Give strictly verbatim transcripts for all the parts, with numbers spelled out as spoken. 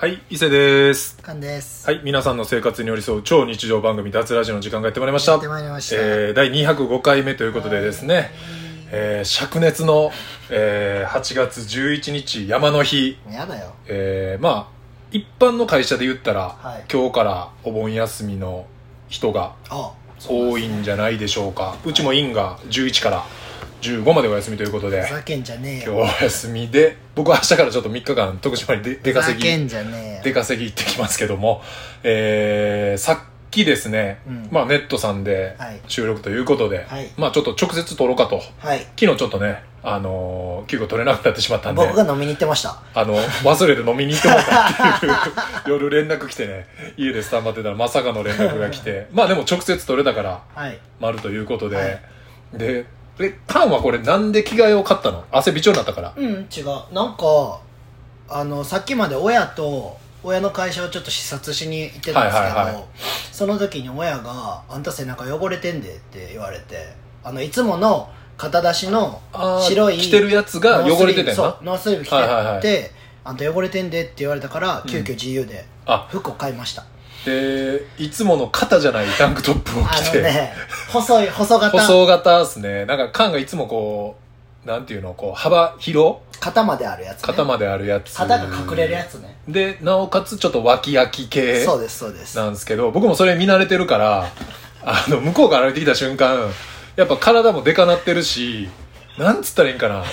はい、伊勢です。 カンです。 はい、皆さんの生活に寄り添う超日常番組脱ラジオの時間がやってまいりました。 やってまいりました。 えー、だいにひゃくごかいめということでですね、えー、灼熱の、えー、はちがつじゅういちにち山の日。 やだよ。 えー、まあ一般の会社で言ったら、 はい、 今日からお盆休みの人が多いんじゃないでしょうか。 う, うちも院がじゅういちからじゅうごまでお休みということで、 ふざけんじゃねえよ。 今日お休みで、僕は明日からちょっとみっかかん徳島に出稼ぎふざけんじゃねえよ。 出稼ぎ行ってきますけども、えー、さっきですね、うん、まあネットさんで収録ということで、はい、まあちょっと直接撮ろうかと、はい、昨日ちょっとね、あのー、急遽撮れなくなってしまったんで、 僕が飲みに行ってました。 あの忘れて飲みに行ってもらったっていう夜連絡来てね、家でスタンバってたらまさかの連絡が来てまあでも直接撮れたから丸ということで、はい、でえ、カンはこれなんで着替えを買ったの？汗びちょになったから？ うん、違う。なんかあのさっきまで親と親の会社をちょっと視察しに行ってたんですけど、はいはいはい、その時に親があんた背中汚れてんでって言われて、あのいつもの肩出しの白い着てるやつが汚れててんな。 そうノースリーブ着てって、はいはいはい、あんた汚れてんでって言われたから、うん、急遽自由で服を買いました。 でいつもの肩じゃないタンクトップを着て、 あのね、細い細型細型っすね。なんか缶がいつもこうなんていうの、こう幅広肩まであるやつ、ね、 肩まであるやつ、 肌が隠れるやつね。 でなおかつちょっと脇焼き系そうですそうですなんですけど、僕もそれ見慣れてるからあの向こうから歩いてきた瞬間やっぱ体もでかなってるし、なんつったらいいんかな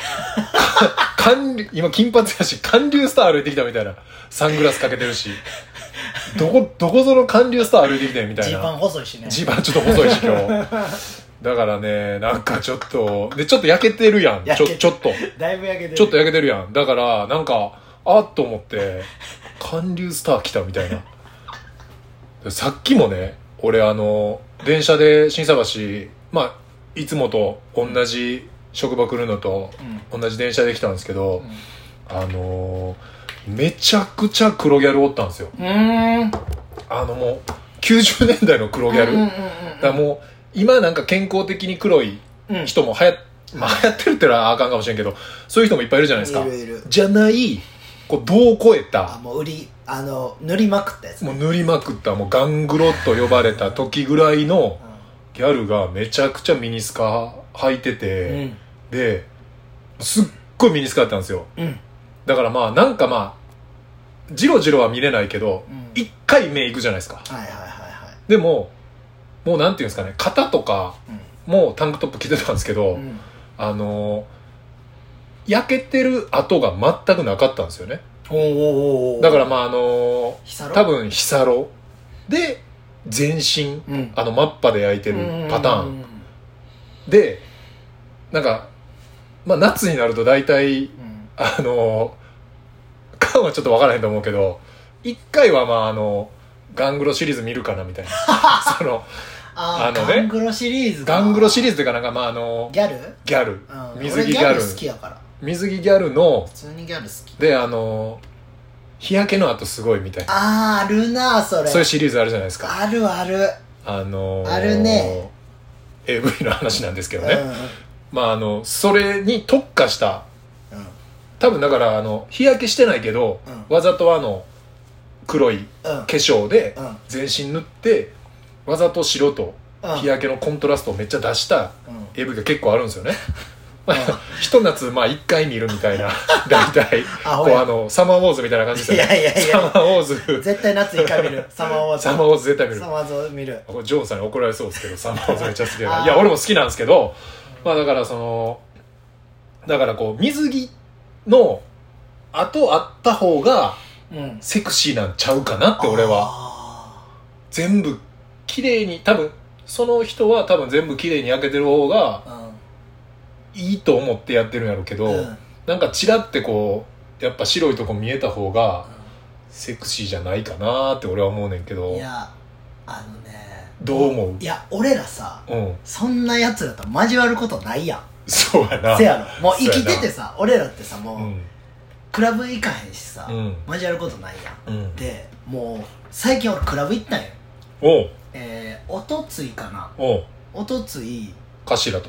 今金髪やし韓流スター歩いてきたみたいな、サングラスかけてるしどこどこぞの韓流スター歩いてきてみたいな。 ジーパン細いしね。 ジーパンちょっと細いし今日だからね、なんかちょっとでちょっと焼けてるやん。ちょちょっとだいぶ焼けてる。 ちょっと焼けてるやん。だからなんかあっと思って韓流スター来たみたいな。さっきもね、俺あの電車で心斎橋、まあいつもと同じ職場来るのと同じ電車で来たんですけど、うん、あのー、めちゃくちゃ黒ギャルおったんですよ。 うーん、 あのもうきゅうじゅうねんだいの黒ギャル、うんうんうんうん、だからもう今なんか健康的に黒い人もはや、うん、まあ、流行ってるってのはあかんかもしれんけど、そういう人もいっぱいいるじゃないですか。 いるいる。 じゃないこう度を超えた、 あ、もう売りあの塗りまくったやつ、ね、 もう塗りまくった、もうガングロと呼ばれた時ぐらいのギャルがめちゃくちゃミニスカ履いてて、うん、ですっごいミニスカだったんですよ、うん、だからまあなんかまあジロジロは見れないけど一、うん、回目いくじゃないですか、 はいはいはいはい、 でももうなんていうんですかね、肩とかもタンクトップ着てたんですけど、うん、あの焼けてる跡が全くなかったんですよね。 おだからまああの多分ヒサロで全身、うん、あのマッパで焼いてるパターンで、なんかまあ夏になると大体、うん、あの缶はちょっと分からへんと思うけど、一回はまああのガングロシリーズ見るかなみたいなそのあのね、ガングロシリーズか、 ガングロシリーズっていうかなんかまああのギャルギャル、 うん、 水着ギャル、 俺ギャル好きやから、 水着ギャルの普通にギャル好きで、あの日焼けの後すごいみたいな、 あーあるな、それそういうシリーズあるじゃないですか。 あるある、 あのー、 あるね、 エーブイ の話なんですけどね、うん、まああのそれに特化した、うん、多分だからあの日焼けしてないけど、うん、わざとあの黒い化粧で全身塗って、うん、わざと白と日焼けのコントラストをめっちゃ出した エーブイ が結構あるんですよね、うん、ひと夏まあいっかい見るみたいな大体こうあのサマーウォーズみたいな感じですよね。 いやいやいや、 サマーウォーズ絶対夏いっかい見るサマーウォーズサマーウォーズ絶対見るサマーウォーズ見る。 これジョーンさんに怒られそうですけどサマーウォーズめっちゃ好きだからいや俺も好きなんですけど、まあだからそのだからこう水着の後あった方がセクシーなんちゃうかなって俺は。全部綺麗に、多分その人は多分全部綺麗に焼けてる方がいいと思ってやってるんやろうけど、うん、なんかチラってこうやっぱ白いとこ見えた方がセクシーじゃないかなって俺は思うねんけど。 いやあのね、 どう思う？ いや俺らさ、うん、そんなやつらと交わることないやん。 そうやな。 せやろ、もう生きててさ、俺らってさもう、うん、クラブ行かへんしさ、うん、交わることないやん、うん、でもう最近俺クラブ行ったんよ。 おう、 えー、おとついかな、 おう、 おとつい頭と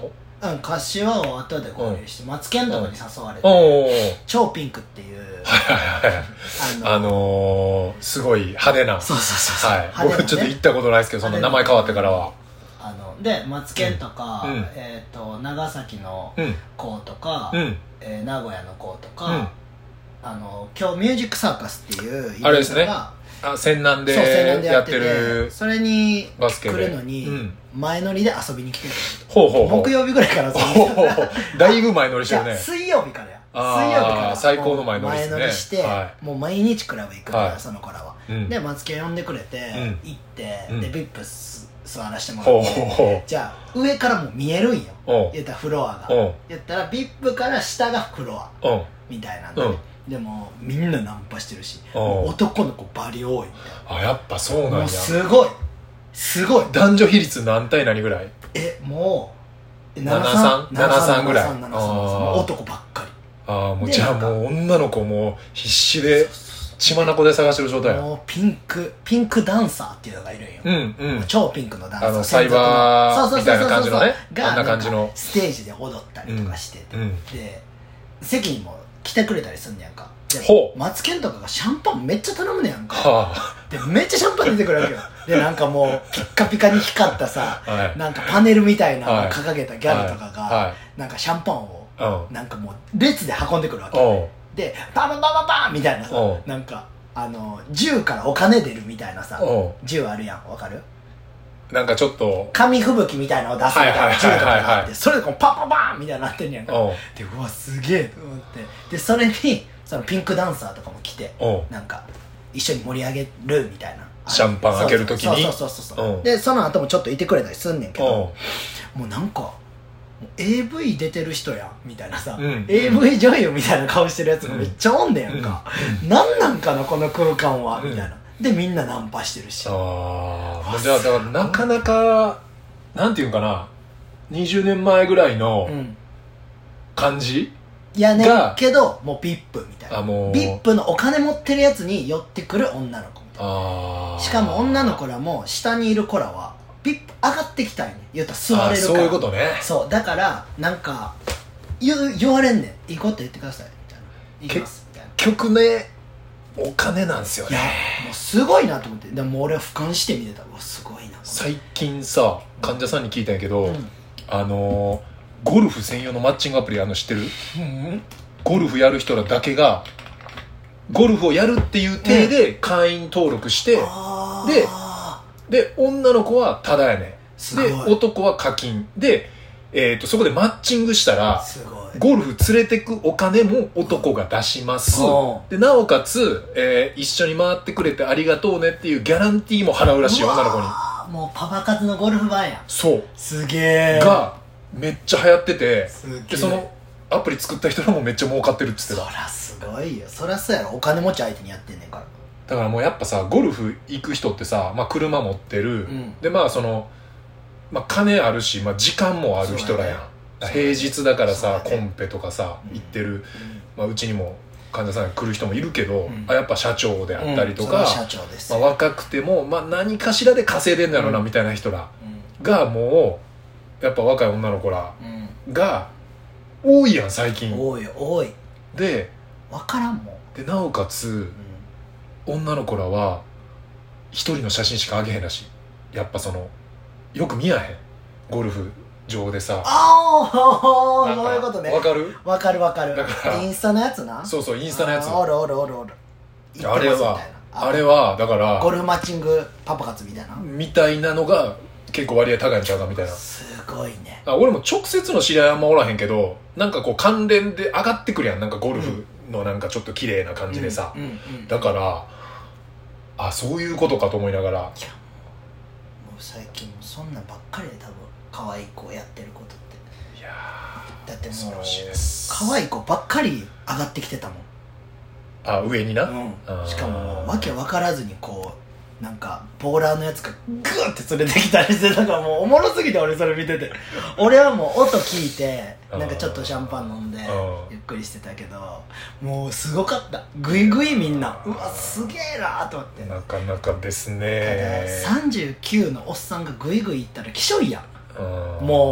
うん、柏を後で合流して、うん、マツケンとかに誘われて、 うん、 超ピンクっていうはいはいはいあのー、あのー、すごい派手なそうそうそうそう、 はい、僕ちょっと行ったことないですけどその名前変わってからはあのでマツケンとか、 うんえー、と長崎の子とか、 うんえー、名古屋の子とか、 うん、 あの今日ミュージックサーカスっていうイベントがあれですねあ泉南でやってるそれにバスケ来るのに、うん、前乗りで遊びに来てるほうほうほう木曜日ぐらいから遊びに来てるだいぶ前乗りしてるね水曜日からやあ水曜日から最高の前乗りですね前乗りして、はい、もう毎日クラブ行くから、はい、その子らは、うん、でマツケン呼んでくれて、うん、行って、うん、でビップス座らせてもらって、うん、じゃあ上からも見えるんよ言ったらフロアが言ったらビップから下がフロアみたいなんで、うんでもみんなナンパしてるし男の子バリ多いみたいなあやっぱそうなんやもうすごいすごい男女比率何対何ぐらいえもうななさん ななさんぐらい男ばっかりああもうじゃあもう女の子も必死で血眼で探してる状態やもうピンクピンクダンサーっていうのがいるんよ、 うんうん、 超ピンクのダンサーあのサイバーみたいな感じのねあんな感じのステージで踊ったりとかしてて、うんうん、で席にも来てくれたりすんねやんかほうマツケンとかがシャンパンめっちゃ頼むねやんか、 はあ、 でめっちゃシャンパン出てくるわけよでなんかもうピッカピカに光ったさ、はい、なんかパネルみたいなのを掲げたギャルとかが、はいはい、なんかシャンパンを、うん、なんかもう列で運んでくるわけ、うん、でパンパンパンパンパンみたいなさ、うん、なんかあの銃からお金出るみたいなさ、うん、銃あるやんわかるなんかちょっと紙吹雪みたいなのを出すみたいな銃とかがあってそれでこうパンパンパンみたいになってんねやんかでうわすげえと思ってでそれにそのピンクダンサーとかも来てなんか一緒に盛り上げるみたいなシャンパン開けるときにそうそうそうそうでその後もちょっといてくれたりすんねんけどもうなんか エーブイ 出てる人やんみたいなさ、うん、エーブイ 女優みたいな顔してるやつがめっちゃおんねやんか、うん、なんなんかなこの空間は、うん、みたいなでみんなナンパしてるしああじゃあだからなかなかなんていうんかなにじゅうねんまえぐらいの感じ、 うん、いやねけどもう ブイアイピー みたいな ブイアイピー のお金持ってるやつに寄ってくる女の子みたいなあしかも女の子らも下にいる子らは ブイアイピー 上がってきたいね言うたら座れるからそういうことねそうだからなんか言, 言われんねんいいこと言ってくださいみたいな行きますみたいな結局ねお金なんですよねいやもうすごいなと思ってでも俺は俯瞰して見てたうわすごいな最近さ患者さんに聞いたんやけど、うん、あのー、ゴルフ専用のマッチングアプリあの知ってる、うん、ゴルフやる人らだけがゴルフをやるっていう体で会員登録して、うん、でで女の子はタダやねで男は課金で、えー、とそこでマッチングしたらすごいゴルフ連れてくお金も男が出します、うん、でなおかつ、えー、一緒に回ってくれてありがとうねっていうギャランティーも払うらしい女の子にもうパパ活のゴルフ版やそうすげえがめっちゃ流行っててでそのアプリ作った人らもめっちゃ儲かってるって言ってたそらすごいよそらそうやろお金持ち相手にやってんねんからだからもうやっぱさゴルフ行く人ってさ、まあ、車持ってる、うん、でまあその、まあ、金あるし、まあ、時間もある人らやん平日だからさ、ね、コンペとかさ、うん、行ってる、うんまあ、うちにも患者さんが来る人もいるけど、うん、あやっぱ社長であったりとか、うん社長ですまあ、若くても、まあ、何かしらで稼いでんだろうな、うん、みたいな人らがもうやっぱ若い女の子らが多いやん最近多い多いで分からんもんでなおかつ、うん、女の子らは一人の写真しかあげへんらしいやっぱそのよく見やへんゴルフ上でさああそういうことねわかるわかるわかるだからインスタのやつなそうそうインスタのやつおるおるおるおるあれはあれはだからゴルフマッチングパパ活みたいなみたいなのが結構割合高いんちゃうかみたいなすごいねあ俺も直接の知り合いはあんまおらへんけどなんかこう関連で上がってくるやんなんかゴルフのなんかちょっと綺麗な感じでさ、うんうんうんうん、だからあそういうことかと思いながらいやもう最近そんなんばっかりで多分可愛い子やってることっていやだってもう恐ろしいです可愛い子ばっかり上がってきてたもんあ上にな、 うん、しかもわけ分からずにこうなんかボーラーのやつがグーって連れてきたりしてたからもうおもろすぎて俺それ見てて俺はもう音聞いてなんかちょっとシャンパン飲んでゆっくりしてたけどもうすごかったグイグイみんなうわすげえなと思ってなかなかですねたださんじゅうきゅうのおっさんがグイグイいったらきしょいやんも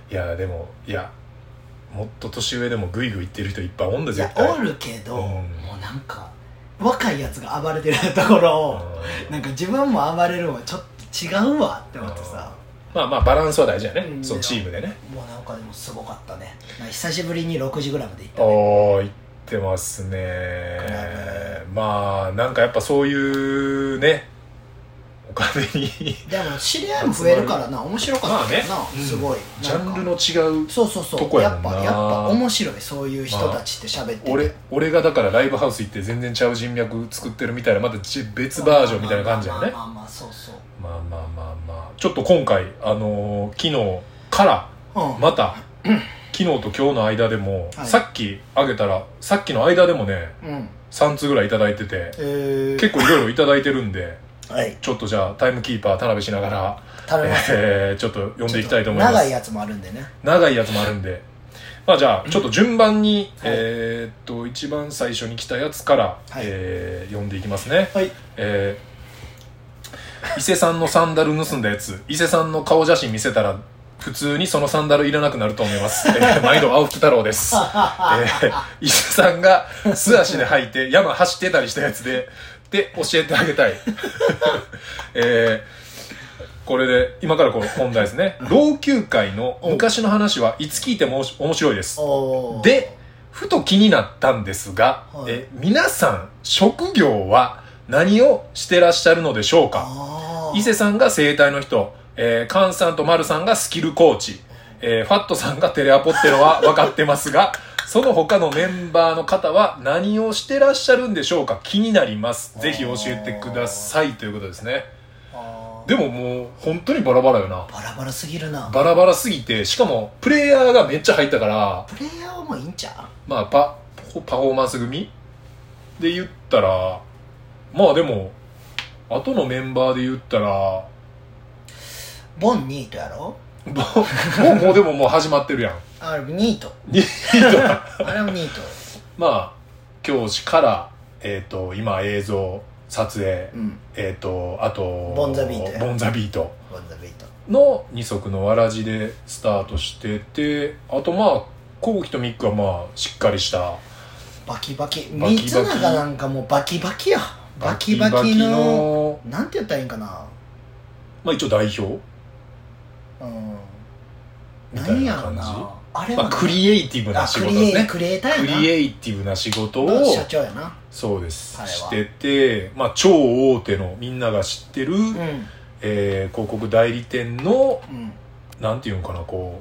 いやでもいやもっと年上でもグイグイいってる人いっぱいおんだいや絶対おるけど、 うん、 もうなんか若いやつが暴れてるところを、うん、なんか自分も暴れるのはちょっと違うわって思ってさ、 まあまあバランスは大事やね、うん、そうチームでね。 もうなんかでもすごかったね。久しぶりに ろくじぐらいまで行ったね。おー行ってますね。まあなんかやっぱそういうねお金にでも知り合いも増えるからな面白かったけどな、まあね、すごい、 うん、ジャンルの違うそうそうそうとこやもんな。 やっぱやっぱ面白いそういう人たちって喋ってて、 まあ、俺, 俺がだからライブハウス行って全然ちゃう人脈作ってるみたいなまた別バージョンみたいな感じやね。 まあまあまあまあそうそうまあまあまあまあちょっと今回あのー、昨日からまた、うん、昨日と今日の間でも、はい、さっきあげたらさっきの間でもね、うん、さんつうぐらいいただいてて、えー、結構いろいろいただいてるんで、はい、ちょっとじゃあタイムキーパー田辺しながら、えー、ちょっと読んでいきたいと思います。 長いやつもあるんでね長いやつもあるんでまあじゃあちょっと順番に、うん、えー、っと一番最初に来たやつから、はいえー、読んでいきますね、はいえー伊勢さんのサンダル盗んだやつ伊勢さんの顔写真見せたら普通にそのサンダルいらなくなると思います、えー、毎度青木太郎です、えー、伊勢さんが素足で履いて山走ってたりしたやつでで教えてあげたい、えー、これで今からこの本題ですね。老朽会の昔の話はいつ聞いても面白いです。でふと気になったんですが、はい、え皆さん職業は何をしてらっしゃるのでしょうか。伊勢さんが整体の人、えー、カンさんとマルさんがスキルコーチ、えー、ファットさんがテレアポってのは分かってますがその他のメンバーの方は何をしてらっしゃるんでしょうか。気になります。ぜひ教えてくださいということですね。でももう本当にバラバラよな。 バラバラすぎるな。 バラバラすぎてしかもプレイヤーがめっちゃ入ったからプレイヤーはもういいんちゃう。 まあパパフォーマンス組で言ったらまあでも後のメンバーで言ったらボンニートやろ。 ボンもうでももう始まってるやん。 あれニートニートあれもニートまあ教師からえっ、ー、と今映像撮影、うん、えっ、ー、とあとボンザビートやボンザビートボンザビートの二足のわらじでスタートしててあとまあコウキとミックはまあしっかりしたバキバキ三つ中なんかもうバキバキやバキバキのなんて言ったらいいんかな。 まあ一応代表うん何やろなあれは、 まあ、クリエイティブな仕事ですね。 クリエイターやな。 クリエイティブな仕事を社長やな。 そうですしてて、まあ、超大手のみんなが知ってる、うんえー、広告代理店の、うん、なんていうんかなこ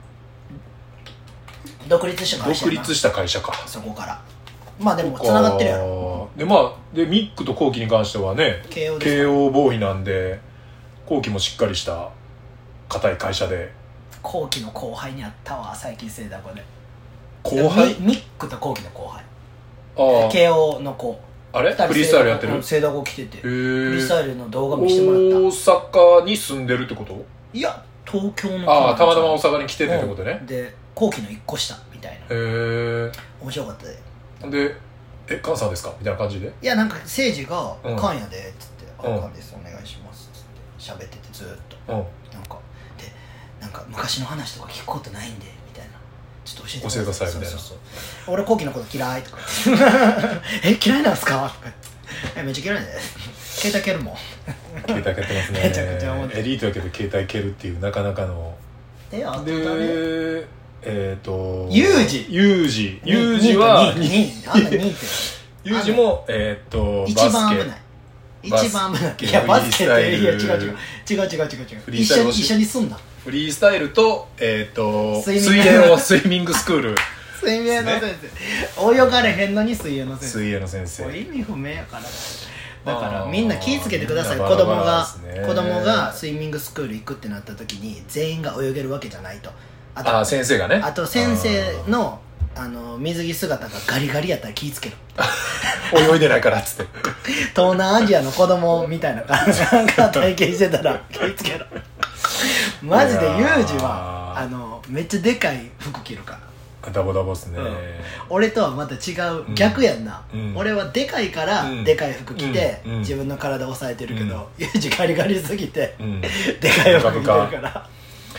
う独立した会社独立した会社か。 そこからまあでもつながってるやろ。 でまあでミックとコウキに関してはね慶応慶応ボーイなんでコウキもしっかりした固い会社でコウキの後輩にあったわ最近せいだこで後輩ミックとコウキの後輩あ慶応の子あれフリースタイルやってるセイダコ来ててフリースタイルの動画見せてもらった。 大阪に住んでるってこと？ いや東京のああたまたま大阪に来ててってことね、 うん、でコウキの一個下みたいな。へえ面白かったででえカンさんですかみたいな感じでいやなんか誠司が「カンやで」っつって「あ、うん、カンですお願いします」っつって喋っててずっと、うん、なんかでなんか昔の話とか聞くことないんでみたいなちょっと教えてくださいみたいな。そうそうそう俺コウキのこと嫌いとか言ってえ嫌いなんすかとか言ってえめっちゃ嫌いで携帯蹴るもん携帯蹴ってますねめちゃくちゃ思ってエリートやけど携帯蹴るっていうなかなかのえあったねでえっ、ー、とユージユージユージはユージもえっ、ー、と一番危ない一番危ないいやバスケっていや違う違う違う違う違う違う一緒に一緒に住んだフリースタイルとえっ、ー、と水泳をスイミングスクール水泳の先生、ね、泳がれへんのに水泳の先生水泳の先生意味不明やからだからみんな気ぃつけてください。子供が子供がスイミングスクール行くってなった時に全員が泳げるわけじゃないと。 あとあ先生がねあと先生のあの水着姿がガリガリやったら気ぃつけろ泳いでないからっつって東南アジアの子供みたいな感じなんか体験してたら気ぃつけろマジでユージはあのめっちゃでかい服着るからダボダボっすね、うん、 俺とはまた違う、うん、逆やんな、うん、俺はでかいからでかい服着て、うん、自分の体を抑えてるけど、ユージガリガリすぎて、でかい服着てるから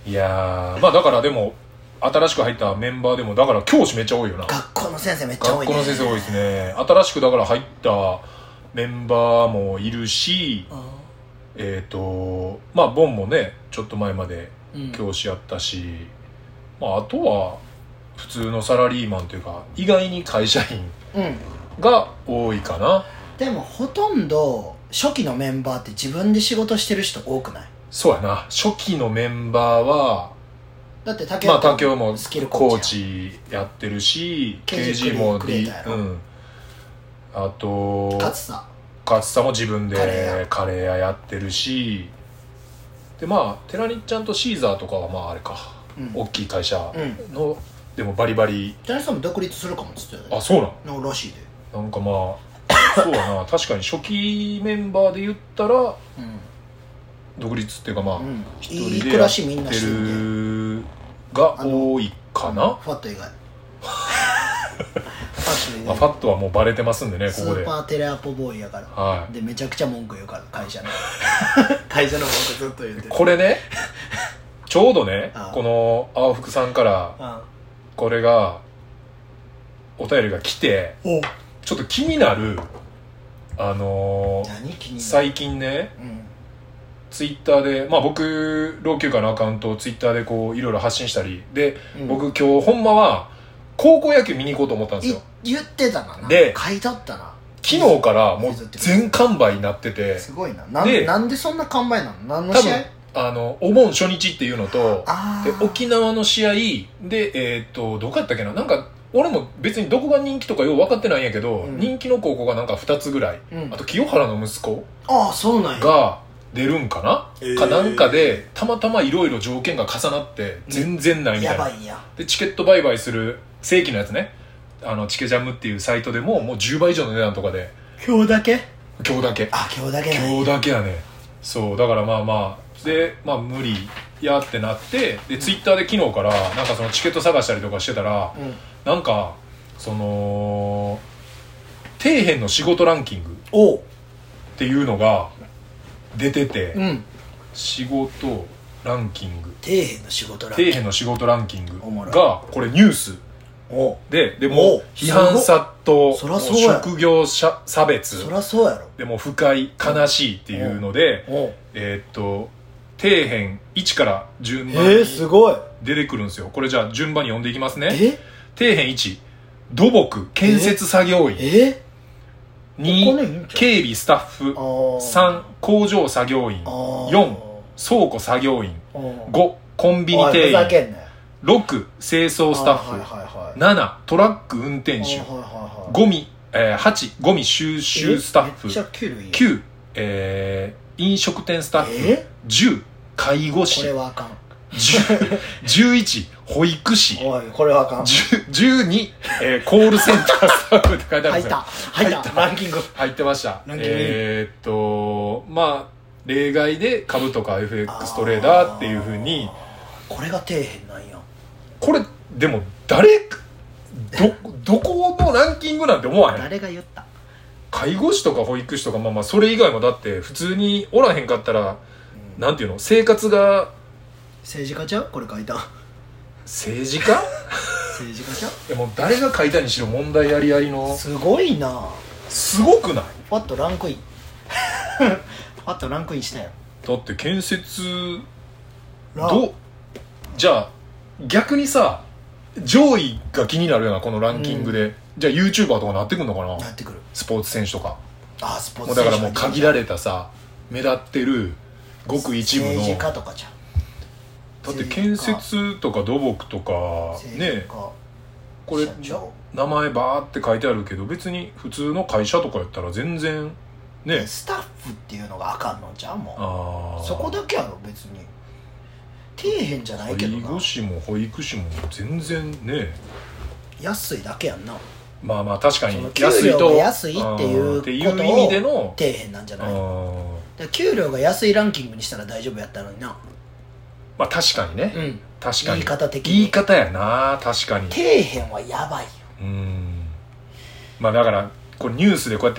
いやーまあだからでも新しく入ったメンバーでもだから教師めっちゃ多いよな。 学校の先生めっちゃ多いね。 学校の先生多いですね。新しくだから入ったメンバーもいるし、えっ、ー、とまあボンもねちょっと前まで教師やったし、うん、まああとは普通のサラリーマンというか意外に会社員が多いかな、 うん、でもほとんど初期のメンバーって自分で仕事してる人多くない？ そうやな。初期のメンバーはだって竹雄、まあ、もスキルコーチやってるし ケージー も D、うん、あと勝さ勝さも自分でカレー屋やってるし、でまあ寺西ちゃんとシーザーとかはまああれか、うん、大きい会社の、うん、でもバリバリ寺西さんも独立するかもっつってたよね。 あ、そうなんのらしいで。 なんかまあそうやな確かに初期メンバーで言ったら、うん、独立っていうかまあ一、うん、人でやってるが多いかな。 ファット以外まあ、ファットはもうバレてますんでね、ここでスーパーテレアポボーイやから、はい、でめちゃくちゃ文句言うから会社の会社の文句ずっと言ってる。 これねちょうどねこの青福さんからこれがお便りが来てちょっと気になるあのー、 何気になる最近ね、うんツイッターで、まあ僕老朽化のアカウントをツイッターでこういろいろ発信したりで、うん、僕今日ほんまは高校野球見に行こうと思ったんですよ。 言ってたな。 で書いてあったな。 昨日からもう全完売になってて、 すごいな。なんでなんでそんな完売なの？何の試合？ あのお盆初日っていうのとで沖縄の試合でえー、っとどこやったっけな、なんか俺も別にどこが人気とかよう分かってないんやけど、うん、人気の高校がなんかふたつぐらい、うん、あと清原の息子ああそうなんやが出るんかな、えー、かなんかでたまたまいろいろ条件が重なって全然ないみたいな、 やばいやでチケット売買する正規のやつね、あのチケジャムっていうサイトでももうじゅうばい以上の値段とかで今日だけ今日だけあ今日だけ今日だけやね。そうだからまあまあでまあ無理やってなってでツイッターで昨日からなんかそのチケット探したりとかしてたら、うん、なんかその底辺の仕事ランキングっていうのが出てて、うん、仕事ランキング底辺の仕事ランキング底辺の仕事ランキングがこれニュースででも批判殺到職業差別そらそうやろでも不快悲しいっていうのでえー、っと底辺いちから順番に出てくるんですよ。これじゃあ順番に読んでいきますね。底辺いち土木建設作業員、 えに警備スタッフ、さん工場作業員、よん倉庫作業員、ごコンビニ店員、ろく清掃スタッフ、ななトラック運転手、ごみ、えー、はちゴミ収集スタッフ、きゅう、えー、飲食店スタッフ、じゅう介護士、 これはあかんじゅういち保育士、 おいこれはあかんじゅうに、えー、コールセンタースタッフって書いてあるんですよ。 入った入ったランキング入ってました。えー、っとまあ例外で株とか エフエックス トレーダーっていうふうにこれが底辺なんや。 これでも誰どどこのランキングなんて思わへん。 誰が言った？ 介護士とか保育士とかまあまあそれ以外もだって普通におらへんかったら、うん、なんていうの生活が政治家ちゃう？これ書いた政治家政治家ちゃう？ いやもう誰が書いたにしろ問題ありありの。 すごいな。 すごくない？ ファットランクインファットランクインしたよ。 だって建設どじゃあ逆にさ上位が気になるようなこのランキングで、うん、じゃあ YouTuber とかなってくんのかな。 なってくる。 スポーツ選手とかあスポーツ選手もうだからもう限られたさ目立ってるごく一部の政治家とかじゃん。 だって建設とか土木とかねこれ名前バーって書いてあるけど別に普通の会社とかやったら全然ねスタッフっていうのがあかんのじゃん。もうあそこだけやろ別に底辺じゃないけどな。 介護士も保育士も全然ね安いだけやんな。 まあまあ確かに給料が安いっていうことを意味での底辺なんじゃないの。給料が安いランキングにしたら大丈夫やったのにな。 まあ確かにね、 うん、 確かに言い方的に言い方やな。確かに底辺はやばいよ。 うんまあだからこれニュースでこうやって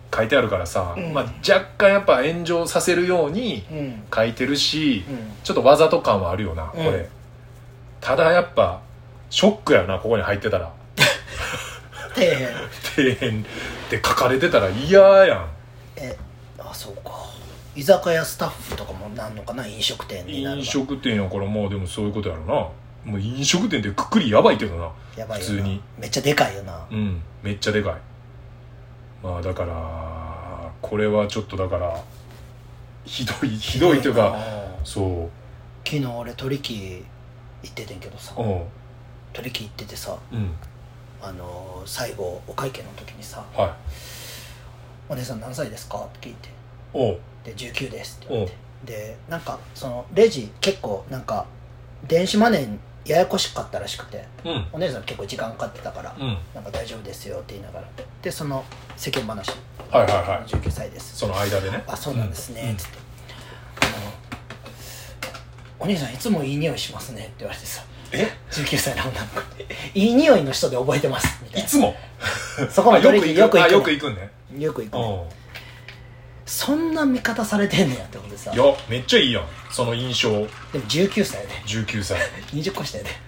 書いてあるからさ、 うんまあ、若干やっぱ炎上させるようにうん書いてるし、 うんちょっとわざと感はあるよな、 うんこれ。ただやっぱショックやな、ここに入ってたら。 底辺底辺って書かれてたら嫌やん。 えあそうか居酒屋スタッフとかもなんのかな、飲食店になる飲食店やからまあでもそういうことやろな。もう飲食店ってくくりやばいけどな、 やばいよな、 普通にめっちゃでかいよな。 うんめっちゃでかい。まあだからこれはちょっとだからひどいひどいというか、そう昨日俺取引行っててんけどさ、 うん取引行っててさ、 うんあのー、最後お会計の時にさはい 「お姉さん何歳ですか?」って聞いておうでじゅうきゅうですって言われて、でなんかそのレジ結構なんか電子マネーややこしかったらしくて、 うんお姉さん結構時間かかってたから、 うんなんか大丈夫ですよって言いながら、でその世間話、 はいはいはいじゅうきゅうさいですその間でね。 あそうなんですね、 うんつってあのお兄さんいつもいい匂いしますねって言われてさ、 えじゅうきゅうさいの女の子いい匂いの人で覚えてますみたいな。 いつもそこの取引よく行く、ね、 あよく行くんね。 よく行く、ね、 うんそんな見方されてんねやってことでさ。 いやめっちゃいいやんその印象。 でもじゅうきゅうさいでじゅうきゅうさいにじゅっこ下やで、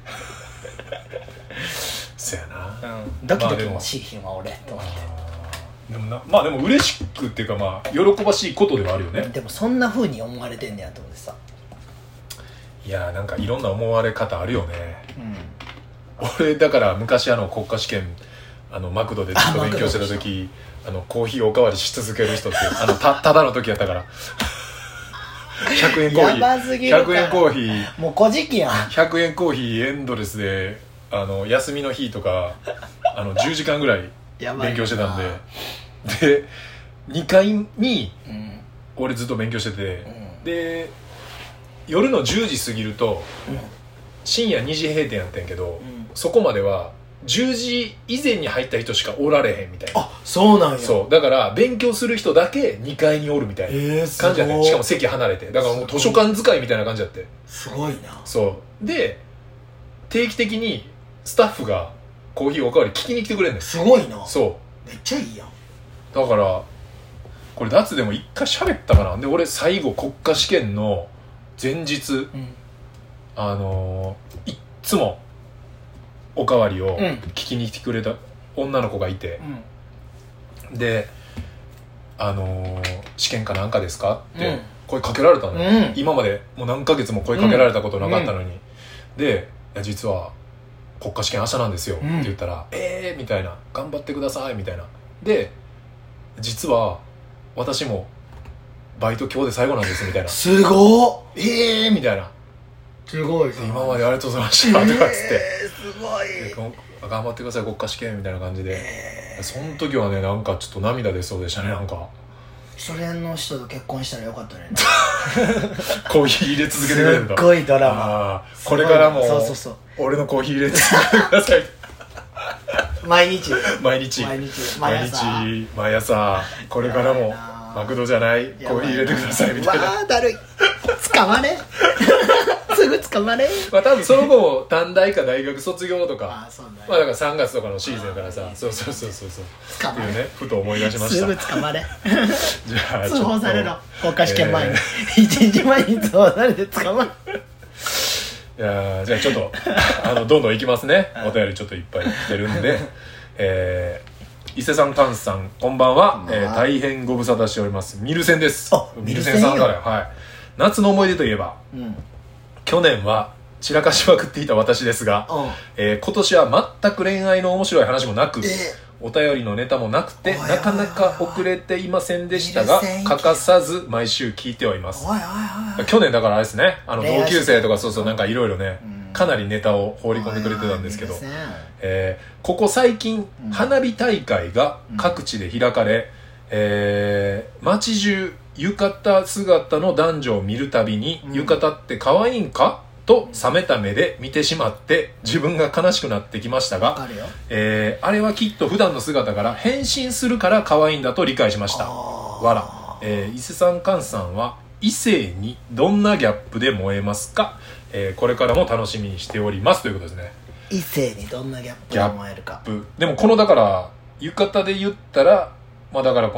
そやな、 うん、ドキドキもしいひんわ俺と思って、 でもなまあでも嬉しくっていうかまあ喜ばしいことではあるよね。 でもそんな風に思われてんねやと思ってさ、 いやーなんかいろんな思われ方あるよね。 うん、 俺だから昔あの国家試験あのマクドでずっと勉強してた時あのコーヒーおかわりし続ける人ってあのたただの時やったからひゃくえんコーヒやばすぎるーからひゃくえんコーヒーもう古事記やん。 ひゃくえんコーヒーエンドレスであの休みの日とかあのじゅうじかんぐらいやばい勉強してたんででにかいにうん俺ずっと勉強してて、 うんで夜のじゅうじ過ぎるとうん深夜にじ閉店やってんけど、 うんそこまではじゅうじ以前に入った人しかおられへんみたいな。 あそうなんや。 そうだから勉強する人だけにかいにおるみたいなえー、すごい感じやね、しかも席離れてだからもう図書館使いみたいな感じやって。 すごいな。 そうで定期的にスタッフがコーヒーおかわり聞きに来てくれんねん。 すごいな。 そめっちゃいいやん。 うだからこれ脱でも一回喋ったかな。で俺最後国家試験の前日うんあのー、いっつもおかわりをうん聞きに来てくれた女の子がいて、 うんであのー、試験かなんかですかってうん声かけられたのよ、 うん今までもう何ヶ月も声かけられたことなかったのに、でいや実は国家試験明日なんですよって言ったら、えーみたいな、頑張ってくださいみたいな、で実は私もバイト今日で最後なんですみたいな、 すごっ。 えーみたいな、 すごい。 今までありがとうございましたとかっつって、 えー、すごい。 で頑張ってください国家試験みたいな感じで、その時はねなんかちょっと涙出そうでしたね。なんかそれの人と結婚したらよかったね。 コーヒー入れ続けてくれるんだ。 すっごいドラマ。 あーこれからもそうそうそう俺のコーヒー入れ続けてください毎日毎日毎日毎毎朝日毎朝これからもやばいなマクドじゃないコーヒー入れてくださいみたいな。 わあだるい。捕まれすぐ捕まれ。 まあ多分その後も短大か大学卒業とあかあそうだよ、 まあだからさんがつとかのシーズンやからさ、そうそうそうそうそう捕まれっていうねふと思い出しましすた。 ぐ捕まれ。 じゃあ通報されろ。国家試験前にえ一日前に通報されて捕まれ。 いやーじゃあちょっとあのどんどんいきますね。お便りちょっといっぱい来てるんで、えー、伊勢さん菅さんこんばんは、 こんばんはえー、大変ご無沙汰しておりますミルセンです。 あミルセンさんから、はい、夏の思い出といえばうん去年は散らかしまくっていた私ですが、 うんえー今年は全く恋愛の面白い話もなく、 えお便りのネタもなくておいおいおいなかなか遅れていませんでしたがミルセン欠かさず毎週聞いてはいます。 おいおいおい去年だからあれですね、あの恋愛同級生とかそうそうなんかいろいろね、 うんかなりネタを放り込んでくれてたんですけど、 おいおいミルセンえーここ最近、 うん花火大会が各地で開かれ、えー街中浴衣姿の男女を見るたびに、 うん浴衣って可愛いんかと冷めた目で見てしまって自分が悲しくなってきましたが、 わかるよ。 えーあれはきっと普段の姿から変身するから可愛いんだと理解しました。 あーわら、えー伊勢さん菅さんは異性にどんなギャップで燃えますか、えーこれからも楽しみにしておりますということですね。 異性にどんなギャップを思えるか。 でもこのだから浴衣で言ったらまあだからこの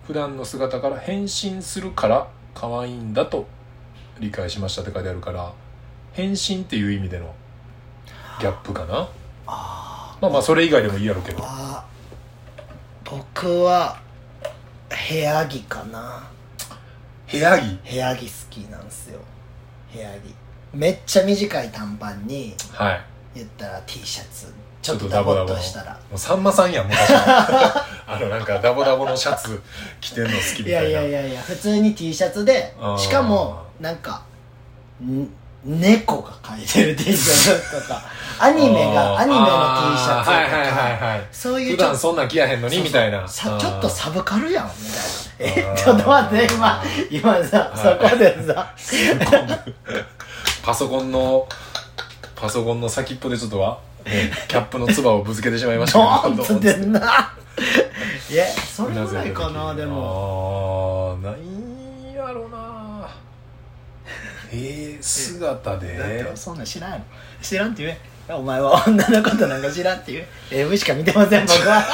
普段の姿から変身するから可愛いんだと理解しましたって書いてあるから、変身っていう意味でのギャップかな。あまあまあそれ以外でもいいやろうけど。あ僕は部屋着かな。 部屋着部屋着好きなんですよ。部屋着めっちゃ短い短パンに、はい、言ったら T シャツちょっとダボっとしたらもうさんまさんやん昔あのなんかダボダボのシャツ着てんの好きみたいな。 いやいやいやいや普通に T シャツで、しかもなんかん猫が描いてる T シャツとかアニメがアニメの T シャツとか、はいはいはいはい、そういう普段そんなん着やへんのにみたいな、 さちょっとサブカルやんみたいな。えちょっと待って今今さそこでさパソコンのパソコンの先っぽでちょっとは、ね、キャップのつばをぶつけてしまいましたけどどんつってんないやそれぐらいかな。でもああないやろな。えー、姿でだってそんなん知らんの知らんって言え。お前は女のことなんか知らんって言え。 エーブイ しか見てません僕は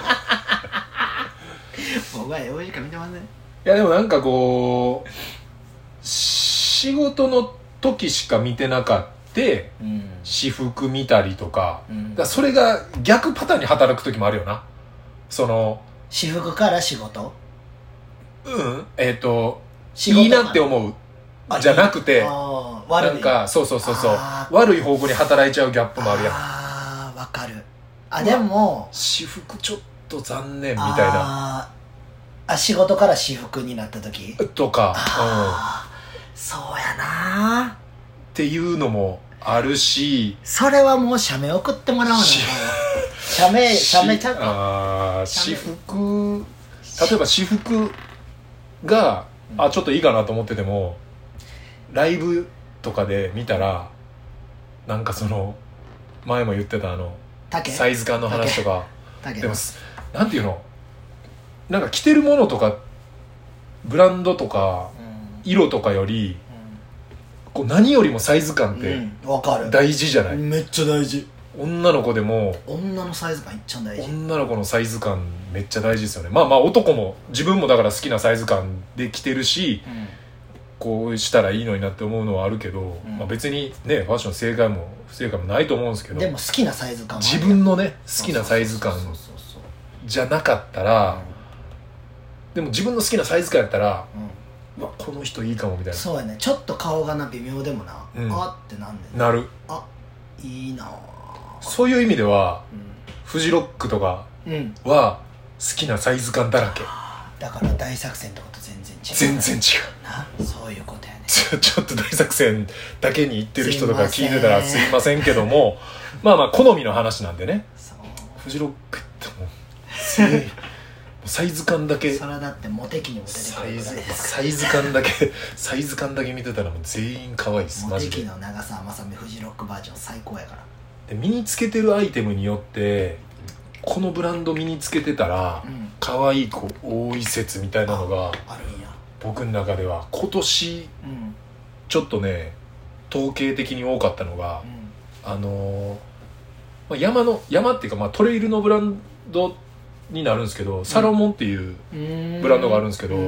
僕は エーブイ しか見てません。いやでもなんかこう仕事の時しか見てなかった、うん、私服見たりとか、うん、だからそれが逆パターンに働く時もあるよな。その私服から仕事うんえっ、ー、といいなって思うじゃなくてなんかそうそうそうそう悪い方向に働いちゃうギャップもあるやん。 あーわかる。あでも私服ちょっと残念みたいな。 ああ仕事から私服になった時とかあ、うん、そうやなっていうのもあるし、 それはもう写メ送ってもらうの写メ写メちゃんとあ私服例えば私服があちょっといいかなと思っててもライブとかで見たらなんかその前も言ってたあのサイズ感の話とかでもなんていうのなんか着てるものとかブランドとか色とかよりこう何よりもサイズ感って大事じゃない、 うん、めっちゃ大事。 女の子でも女のサイズ感いっちゃ大事。 女の子のサイズ感めっちゃ大事ですよね。まあまあ男も自分もだから好きなサイズ感で着てるし、うん、こうしたらいいのになって思うのはあるけど、うんまあ、別にねファッション正解も不正解もないと思うんですけど、 でも好きなサイズ感自分のね好きなサイズ感じゃなかったら、うん、でも自分の好きなサイズ感やったら、うん、うわこの人いいかもみたいな。 そうやねちょっと顔がな微妙でもな、うん、あってなんねんなる。 あいいなそういう意味では、うん、フジロックとかは好きなサイズ感だらけ、うん、 だから大作戦とかと全然違う。全然違うな。そういうことやねちょ、ちょっと大作戦だけに言ってる人とか聞いてたらすいませんけどもまあまあ好みの話なんでね。そうフジロックってもうサイズ感だけそれはだってモテ期にも出てくるぐらいですからサイズ感だけサイズ感だけ見てたらもう全員可愛いですモテ期の長澤まさみフジロックバージョン最高やから。 で身につけてるアイテムによってこのブランド身につけてたら、うん、可愛い子多い説みたいなのがあるんや僕の中では今年、うん、ちょっとね統計的に多かったのが、うん、あのーまあ、山の山っていうか、まあ、トレイルのブランドになるんですけど、うん、サロモンっていうブランドがあるんですけど、うん、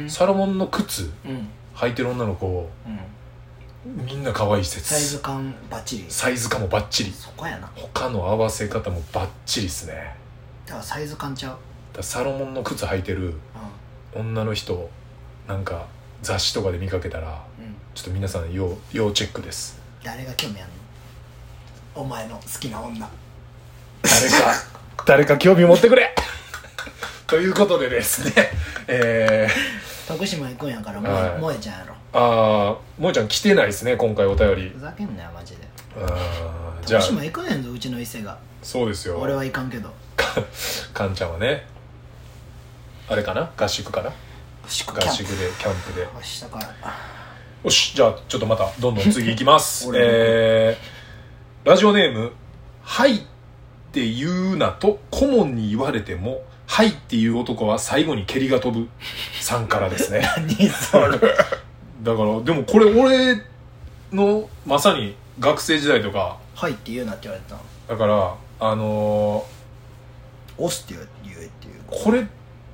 サロモンの靴、うん、履いてる女の子、うん、みんな可愛い説。 サイズ感バッチリ。 サイズ感もバッチリ。 そこやな。 他の合わせ方もバッチリっすね。 だからサイズ感ちゃう。だからサロモンの靴履いてる女の人なんか雑誌とかで見かけたら、うん、ちょっと皆さん要要チェックです。 誰が興味あんの？お前の好きな女。 誰か誰か興味持ってくれということでですね、えー、徳島行くんやからもえ、はい、もえちゃんやろ。 ああもえちゃん来てないですね今回お便り。 ふざけんなよマジで。 あじゃあ徳島行くんやんぞうちの伊勢が。 そうですよ。 俺は行かんけどかんちゃんはねあれかな合宿かな合宿でキャンプで明日から。 よしじゃあちょっとまたどんどん次行きますえー、ラジオネームはいって言うなと顧問に言われてもはいっていう男は最後に蹴りが飛ぶさんからですね何それだからでもこれ俺のまさに学生時代とかはいって言うなって言われてた。 だからあのー、押すって言えっていうこれ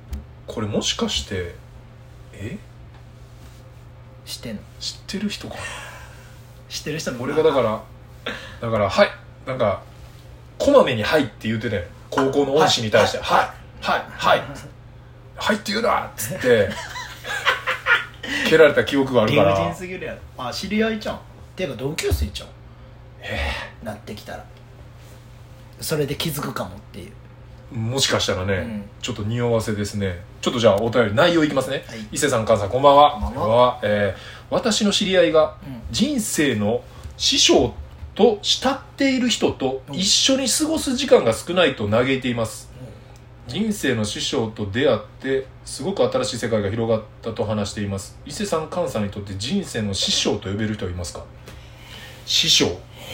これもしかしてえ知ってんの？ 知ってる人かな。 知ってる人も俺がだからだからはいなんかこまめにはいって言ってたよ高校の恩師に対してはいはいはいはいはいって言うなっつって蹴られた記憶があるから理不尽すぎるやろ。あ、知り合いちゃんっていうか同級生ちゃんえなってきたらそれで気づくかもっていう。 もしかしたらね、うん、ちょっと匂わせですね。ちょっとじゃあお便り内容いきますね、はい、伊勢さん菅さんこんばんは。こんばんは、えー、私の知り合いが人生の師匠と慕っている人と一緒に過ごす時間が少ないと嘆いています、うん、人生の師匠と出会ってすごく新しい世界が広がったと話しています。伊勢さん菅さんにとって人生の師匠と呼べる人はいますか？師匠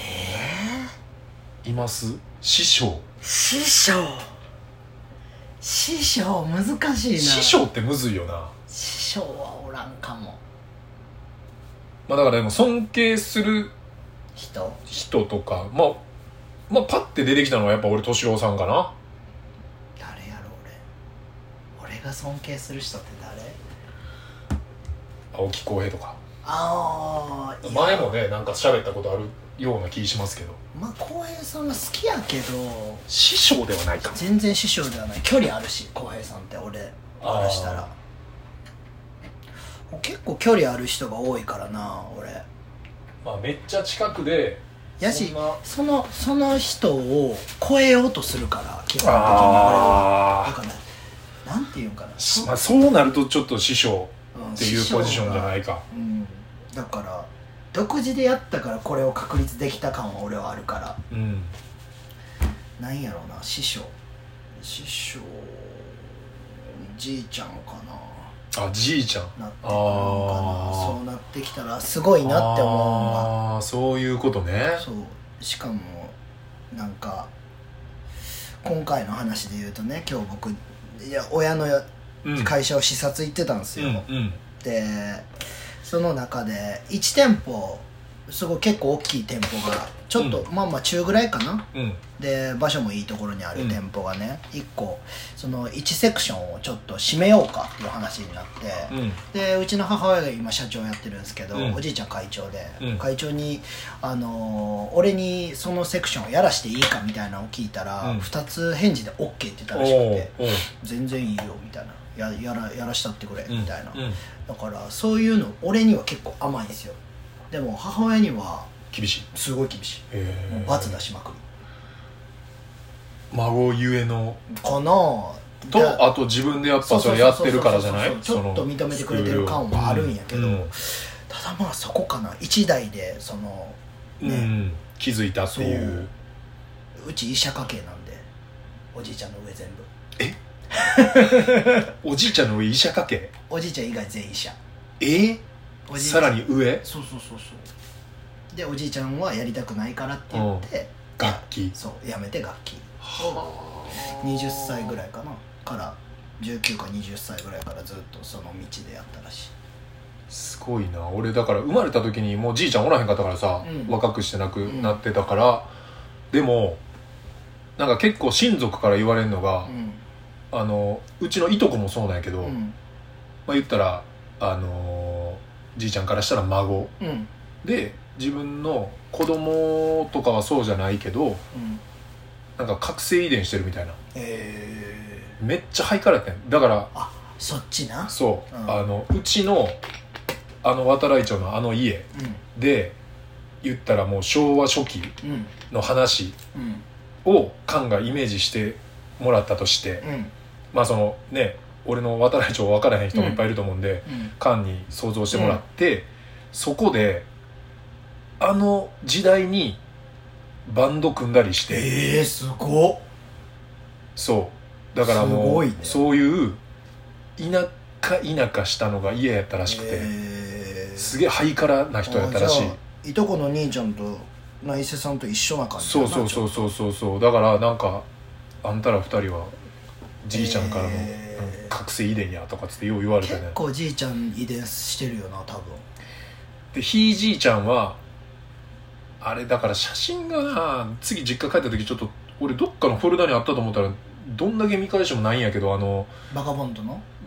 います？師匠師匠師匠難しいな。 師匠ってむずいよな。 師匠はおらんかも。 まあだからでも尊敬する人人とか、まあまあパッて出てきたのはやっぱ俺敏郎さんかな。 誰やろ俺俺が尊敬する人って誰？ 青木浩平とか。 ああ前もねなんか喋ったことあるような気しますけど。 まあ浩平さんが好きやけど師匠ではないかも。 全然師匠ではない。距離あるし浩平さんって俺からしたら結構距離ある人が多いからな俺。 まあめっちゃ近くでやしそのその人を超えようとするから基本的に俺はだからなんていうんかな、 まあ、そうなるとちょっと師匠っていうポジションじゃないか、 うん、だから独自でやったからこれを確立できた感は俺はあるから、うん、なんやろうな師匠師匠じいちゃんかな。 あじいちゃんなってくるのかな。そうなってきたらすごいなって思うのがああそういうことね。 そうしかもなんか今回の話で言うとね今日僕いや親の会社を視察行ってたんですよ、うんうん、でその中でいち店舗すごい結構大きい店舗がちょっと、うん、まあまあ中ぐらいかな、うん、で場所もいいところにある店舗がね、うん、いっこそのいちセクションをちょっと閉めようかっていう話になって、うん、でうちの母親が今社長やってるんですけど、うん、おじいちゃん会長で、うん、会長に、あのー、俺にそのセクションをやらしていいかみたいなのを聞いたら、うん、ふたつ返事で OK って言ったらしくて全然いいよみたいなや, や, らやらしたってくれみたいな、うんうん、だからそういうの俺には結構甘いんですよ。でも母親には厳しいすごい厳しい。もう罰出しまくる孫ゆえのかなとあと自分でやっぱそれやってるからじゃない。 ちょっと認めてくれてる感はあるんやけど、うんうん、ただまあそこかな一代でその、ねうん、 気づいたっていう。 うち医者家系なんでおじいちゃんの上全部えおじいちゃんの上医者家系。 おじいちゃん以外全員医者。 えー、おじいちゃんさらに上。 そうそうそうそうでおじいちゃんはやりたくないからって言って楽器そうやめて楽器をはたちぐらいかなからじゅうきゅうかはたちぐらいからずっとその道でやったらしい。 すごいな。俺だから生まれた時にもうじいちゃんおらへんかったからさ、うん、若くして亡くなってたから、うん、でもなんか結構親族から言われるのが、うん、あのうちのいとこもそうなんやけど、うんまあ、言ったらあのじいちゃんからしたら孫、うん、で自分の子供とかはそうじゃないけど、うん、なんか覚醒遺伝してるみたいな、えー、めっちゃハイカラやったんだから。 あそっちな。 そう、うん、あのうちのあの渡来町のあの家で、うん、言ったらもう昭和初期の話を菅がイメージしてもらったとして、うん、まあそのね俺の渡来町分からへん人もいっぱいいると思うんで、うん、菅に想像してもらって、うん、そこであの時代にバンド組んだりして。 えーすごっ。 そうだからもう、ね、そういう田舎田舎したのが家やったらしくて、えー、すげえハイカラな人やったらしい。 いとこの兄ちゃんと内瀬さんと一緒な感じ。 そうそうそうそうそうそうだからなんかあんたら二人はじいちゃんからの、えー、覚醒遺伝やとかつってよう言われてね。 結構じいちゃん遺伝してるよな多分。 でひいじいちゃんはあれだから写真がな次実家帰った時ちょっと俺どっかのフォルダにあったと思ったらどんだけ見返してもないんやけどあのバカボンドの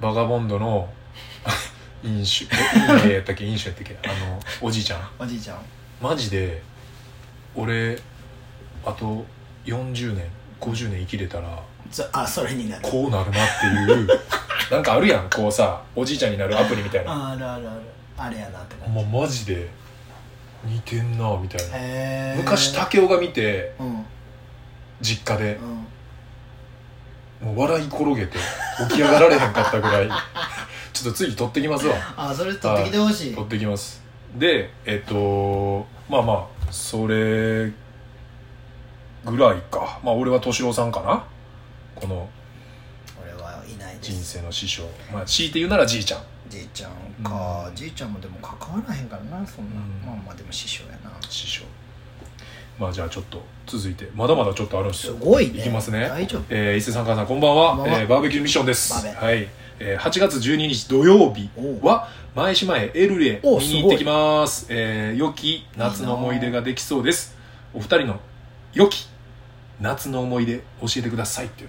バガボンドの飲酒飲酒やったっけ飲酒やったっけあのおじいちゃんおじいちゃんマジで俺あとよんじゅうねんごじゅうねん生きれたらあそれになるこうなるなっていうなんかあるやんこうさおじいちゃんになるアプリみたいなああるあるあるあれやなって感じ、 まあ、マジで似てんなみたいなへ昔竹雄が見て、 うん、 実家で、 うん、 もう笑い転げて起き上がられへんかったぐらいちょっと次撮ってきますわあそれ撮ってきてほしい撮ってきますでえっとまあまあそれぐらいかまあ俺は敏郎さんかなこの俺はいないです人生の師匠まあ強いて言うならじいちゃんじいちゃんか、 うん、 じいちゃんもでも関わらへんからなそんな、 うん、 まあまあでも師匠やな師匠まあじゃあちょっと続いてまだまだちょっとあるんですよすごいねいきますね大丈夫えー、伊勢さん母さんこんばんは、 こんばんはえー、バーベキューミッションですバーベはい、えー、はちがつじゅうににち土曜日は前島へエルレ見に行ってきます、えー、良き夏の思い出ができそうですお二人の良き夏の思い出教えてくださいっていう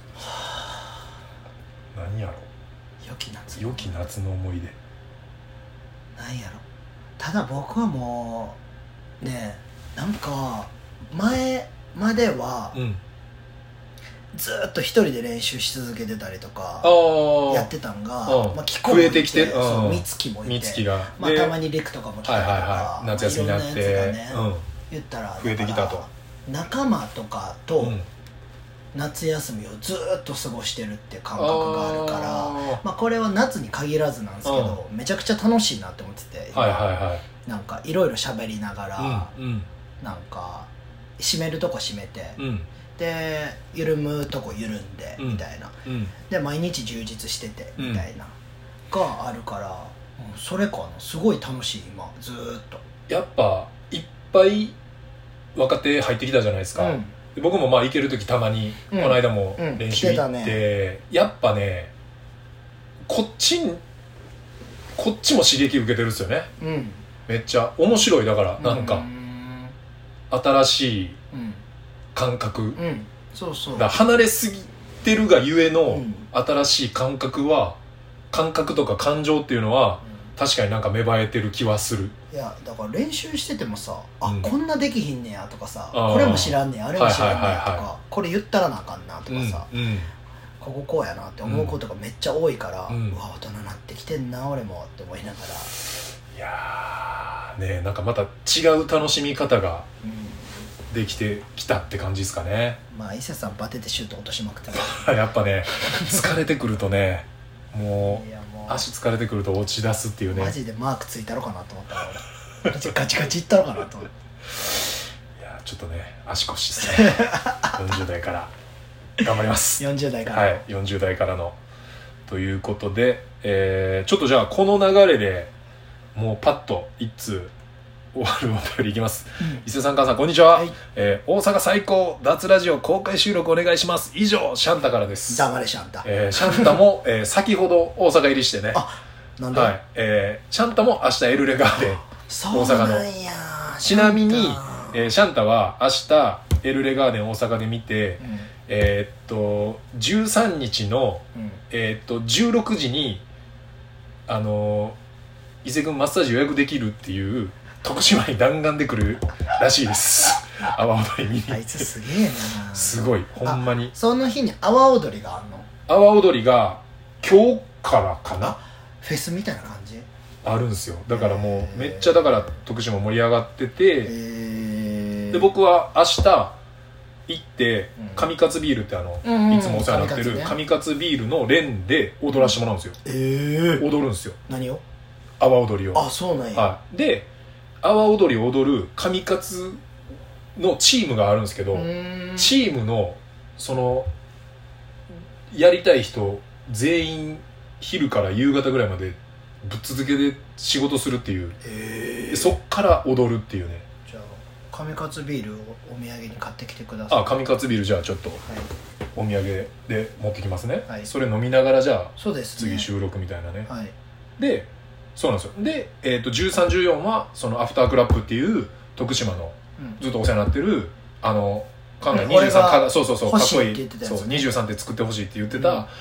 何やろ良き夏良き夏の思い出何やろただ僕はもうねなんか前までは、うん、ずっと一人で練習し続けてたりとかやってたんが、まあ、気候もいて増えてきて三月もいて三月が、 まあ、たまに陸とかも来たりとか、はいはいはい、 夏休みになって、まあ、いろんなやつがね、 うん、言ったら増えてきたと仲間とかと夏休みをずっと過ごしてるっていう感覚があるからあ、まあ、これは夏に限らずなんですけど、うん、めちゃくちゃ楽しいなって思ってて、 はいはいはい、 なんかいろいろ喋りながら、 うんうん、 なんか締めるとこ締めて、 うん、 で緩むとこ緩んで、うん、みたいな、 うん、 で毎日充実しててみたいな、うん、があるから、うん、それかなすごい楽しい今ずっとやっぱいっぱい若手入ってきたじゃないですか、うん、僕もまあ行ける時たまに、うん、この間も練習行って、うんね、やっぱねこっちこっちも刺激受けてるっすよね、 うん、 めっちゃ面白いだからなんか、うん、新しい感覚、うんうん、そうそうだ離れすぎてるがゆえの、うん、新しい感覚は感覚とか感情っていうのは、うん、確かになんか芽生えてる気はするいやだから練習しててもさあ、うん、こんなできひんねやとかさこれも知らんねやあれも知らんねやとか、はいはいはいはい、これ言ったらなあかんなとかさ、 うんうん、 こここうやなって思うことがめっちゃ多いから、 うん、 うわ大人になってきてんな俺もって思いながらいやーねなんかまた違う楽しみ方ができてきたって感じですかね、 うん、まあ伊勢さんバテてシュート落としまくってやっぱね疲れてくるとねもう足疲れてくると落ち出すっていうねマジでマークついたろかなと思ったら俺ガチガチガチいったろかなと思っていやちょっとね足腰っすねよんじゅう代から頑張りますよんじゅう代からはいよんじゅう代からのということで、えー、ちょっとじゃあこの流れでもうパッと一通終わるお便りいきます、うん、伊勢さん母さんこんにちは、はいえー、大阪最高脱ラジオ公開収録お願いします以上シャンタからです黙れシャンタ、 えー、シャンタも、えー、先ほど大阪入りしてねあなんで、 はいえー、シャンタも明日エルレガーデン大阪のちなみに、えー、シャンタは明日エルレガーデン大阪で見て、うん、えー、っとじゅうさんにちの、うんえー、っとじゅうろくじにあの伊勢君マッサージ予約できるっていう徳島に弾丸で来るらしいです阿波踊り見にあいつすげえなすごいほんまにその日に阿波踊りがあんの阿波踊りが今日からかなフェスみたいな感じあるんですよだからもうめっちゃだから徳島盛り上がっててで僕は明日行って上勝ビールってあの、うん、いつもお世話になってる上勝ビールの連で踊らせてもらうんですよ、 えー、 踊るんですよ何を阿波踊りをあそうなんや、 はい、で阿波踊りを踊る上勝のチームがあるんですけどチームのそのやりたい人全員昼から夕方ぐらいまでぶっ続けで仕事するっていう、 えー、 そっから踊るっていうねじゃあ上勝ビールをお土産に買ってきてくださいあ上勝ビールじゃあちょっと、 はい、 お土産で持ってきますね、 はい、 それ飲みながらじゃあそうです、ね、 次収録みたいなね、 はい、 でそうなんですよで、えー、とじゅうさん、じゅうよんはそのアフタークラップっていう徳島のずっとお世話になってる、うん、あの関内にじゅうさんかそうそうそうかっこいいそうにじゅうさんって作ってほしいって言ってた、うん、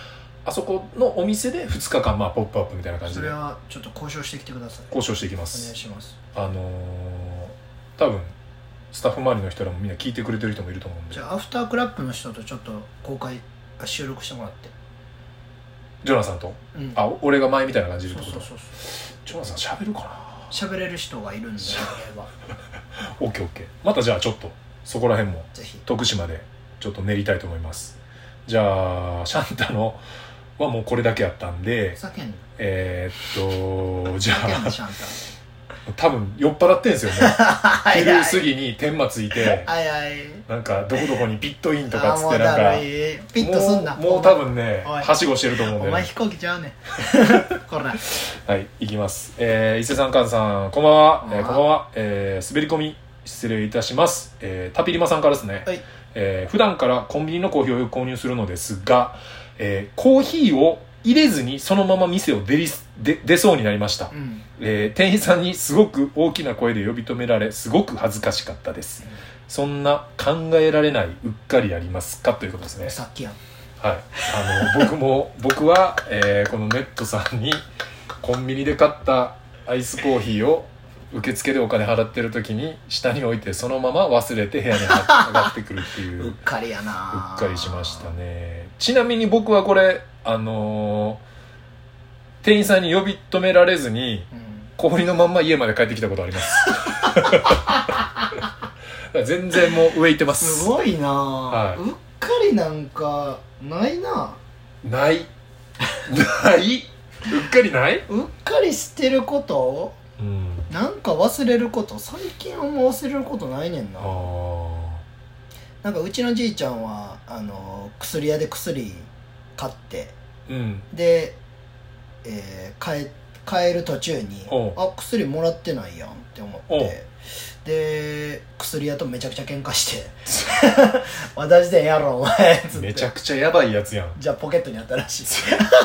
あそこのお店でふつかかん、まあ、ポップアップみたいな感じでそれはちょっと交渉してきてください。 交渉していきます。 お願いします。 あのー、多分スタッフ周りの人らもみんな聞いてくれてる人もいると思うんで、 じゃあアフタークラップの人とちょっと公開収録してもらって。 ジョナサンと、うん、あ俺が前みたいな感じでってこと。そうそうそうそう。ジョナサン喋るかな。 喋れる人がいるんであればオッケーオッケー。またじゃあちょっとそこら辺も徳島でちょっと練りたいと思います。じゃあシャンタのはもうこれだけやったんで、えー、っとじゃあ多分酔っ払ってんすよね昼過ぎに天馬ついてはいはい、 なんかどこどこにピットインとかっつってなんかピットすんな、 もう、もう多分ねはしごしてると思うんで、ね、 お前飛行機ちゃうねこらはい行きます。えー、伊勢さん菅さんこんばんは、えー、こんばんは、えー、滑り込み失礼いたします、えー、タピリマさんからですね、はい、えー、普段からコンビニのコーヒーを購入するのですが、えー、コーヒーを入れずにそのまま店を出りで出そうになりました、うん、えー、店員さんにすごく大きな声で呼び止められすごく恥ずかしかったです、うん、そんな考えられないうっかりありますかということですね。 さっきやん。 はい、あの僕も僕は、えー、このネットさんにコンビニで買ったアイスコーヒーを受付でお金払ってる時に下に置いてそのまま忘れて部屋に上がってくるっていううっかりやな。 うっかりしましたね。ちなみに僕はこれあのー、店員さんに呼び止められずに、うん、氷のまんま家まで帰ってきたことあります全然もう上行ってます。 すごいな、はい、うっかりなんかないな。 ないないうっかりない。 うっかりしてること、うん、なんか忘れること、最近あんま忘れることないねんな。あ、なんかうちのじいちゃんはあの薬屋で薬買って、うん、で、えー、帰, 帰る途中にあ薬もらってないやんって思ってで薬屋とめちゃくちゃ喧嘩して私でやろお前つってめちゃくちゃやばいやつやん。 じゃあポケットにあったらしい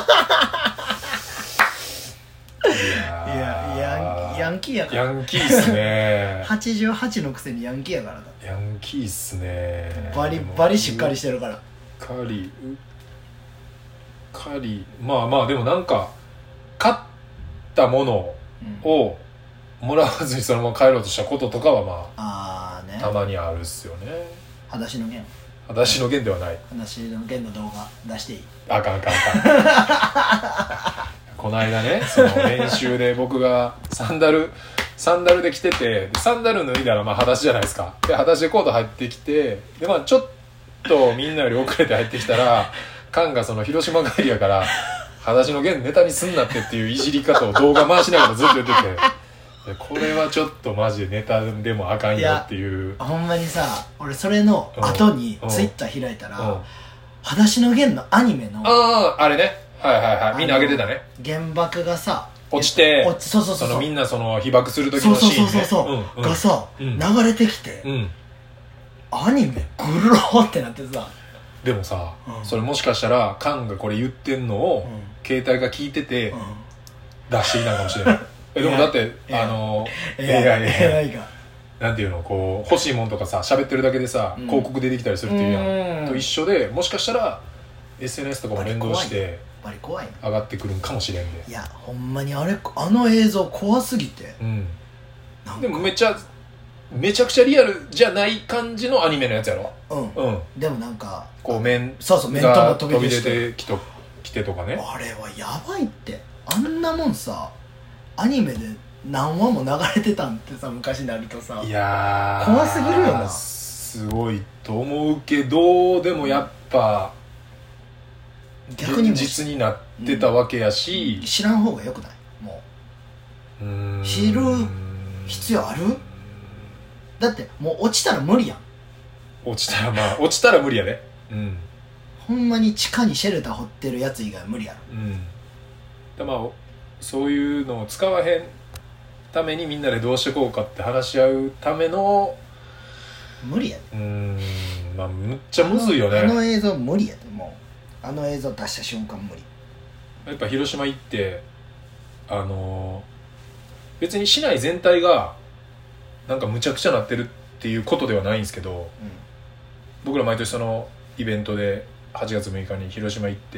いやいやヤンキーやからヤンキーっすねはちじゅうはちのくせにヤンキーやからだ。 ヤンキーっすね。 バリバリしっかりしてるから。 カリうっかりまあまあでもなんか買ったものをもらわずにそのまま帰ろうとしたこととかはまあ、あーね、たまにあるっすよね。 裸足の弦裸足の弦ではない。 裸足の弦の動画出していい？ あかんあかんあかんこの間ねその練習で僕がサンダルサンダルで着ててサンダル脱いだらまあ裸足じゃないですか。で裸足でコート入ってきてでまあちょっとみんなより遅れて入ってきたらカンがその広島帰りやから裸足の弦ネタにすんなってっていういじり方を動画回しながらずっと言っててこれはちょっとマジでネタでもあかんよっていう。 ほんまにさ俺それの後にツイッター開いたら裸足の弦のアニメのあああれねはいはいはいみんな上げてたね。 原爆がさ落ちて落ちそうそうそうそのみんなその被爆する時のシーン、ね、 そうそうそうそう、うん、がさ、うん、流れてきて、うん、アニメグローってなってさでもさ、うん、それもしかしたらカンがこれ言ってんのを、うん、携帯が聞いてて、うん、出していたかもしれないえでもだってあの エーアイ で エーアイ がなんていうのこう欲しいもんとかさ喋ってるだけでさ、うん、広告出てきたりするっていうやんと一緒でもしかしたら エスエヌエス とかも連動してバリ怖い上がってくるんかもしれんで。 いやほんまにあれあの映像怖すぎて、うん、 でもめっちゃめちゃくちゃリアルじゃない感じのアニメのやつやろ。うん、うん、 でもなんかこう面そうそう面とも飛び出てきときてとかね。 あれはやばいって。あんなもんさアニメで何話も流れてたんってさ昔になるとさいや怖すぎるよな。 すごいと思うけどでもやっぱ逆に現実になってたわけやし、 うん、知らん方がよくない？もううーん知る必要ある？だってもう落ちたら無理やん。 落ちたらまあ落ちたら無理やね。うんほんまに地下にシェルター掘ってるやつ以外無理やろ。うんでまあそういうのを使わへんためにみんなでどうしてこうかって話し合うための無理やで。 うーんまあむっちゃむずいよね。 あの、あの映像無理やで。もうあの映像出した瞬間無理。 やっぱ広島行ってあのー、別に市内全体がなんかむちゃくちゃなってるっていうことではないんですけど、うん、僕ら毎年そのイベントではちがつむいかに広島行って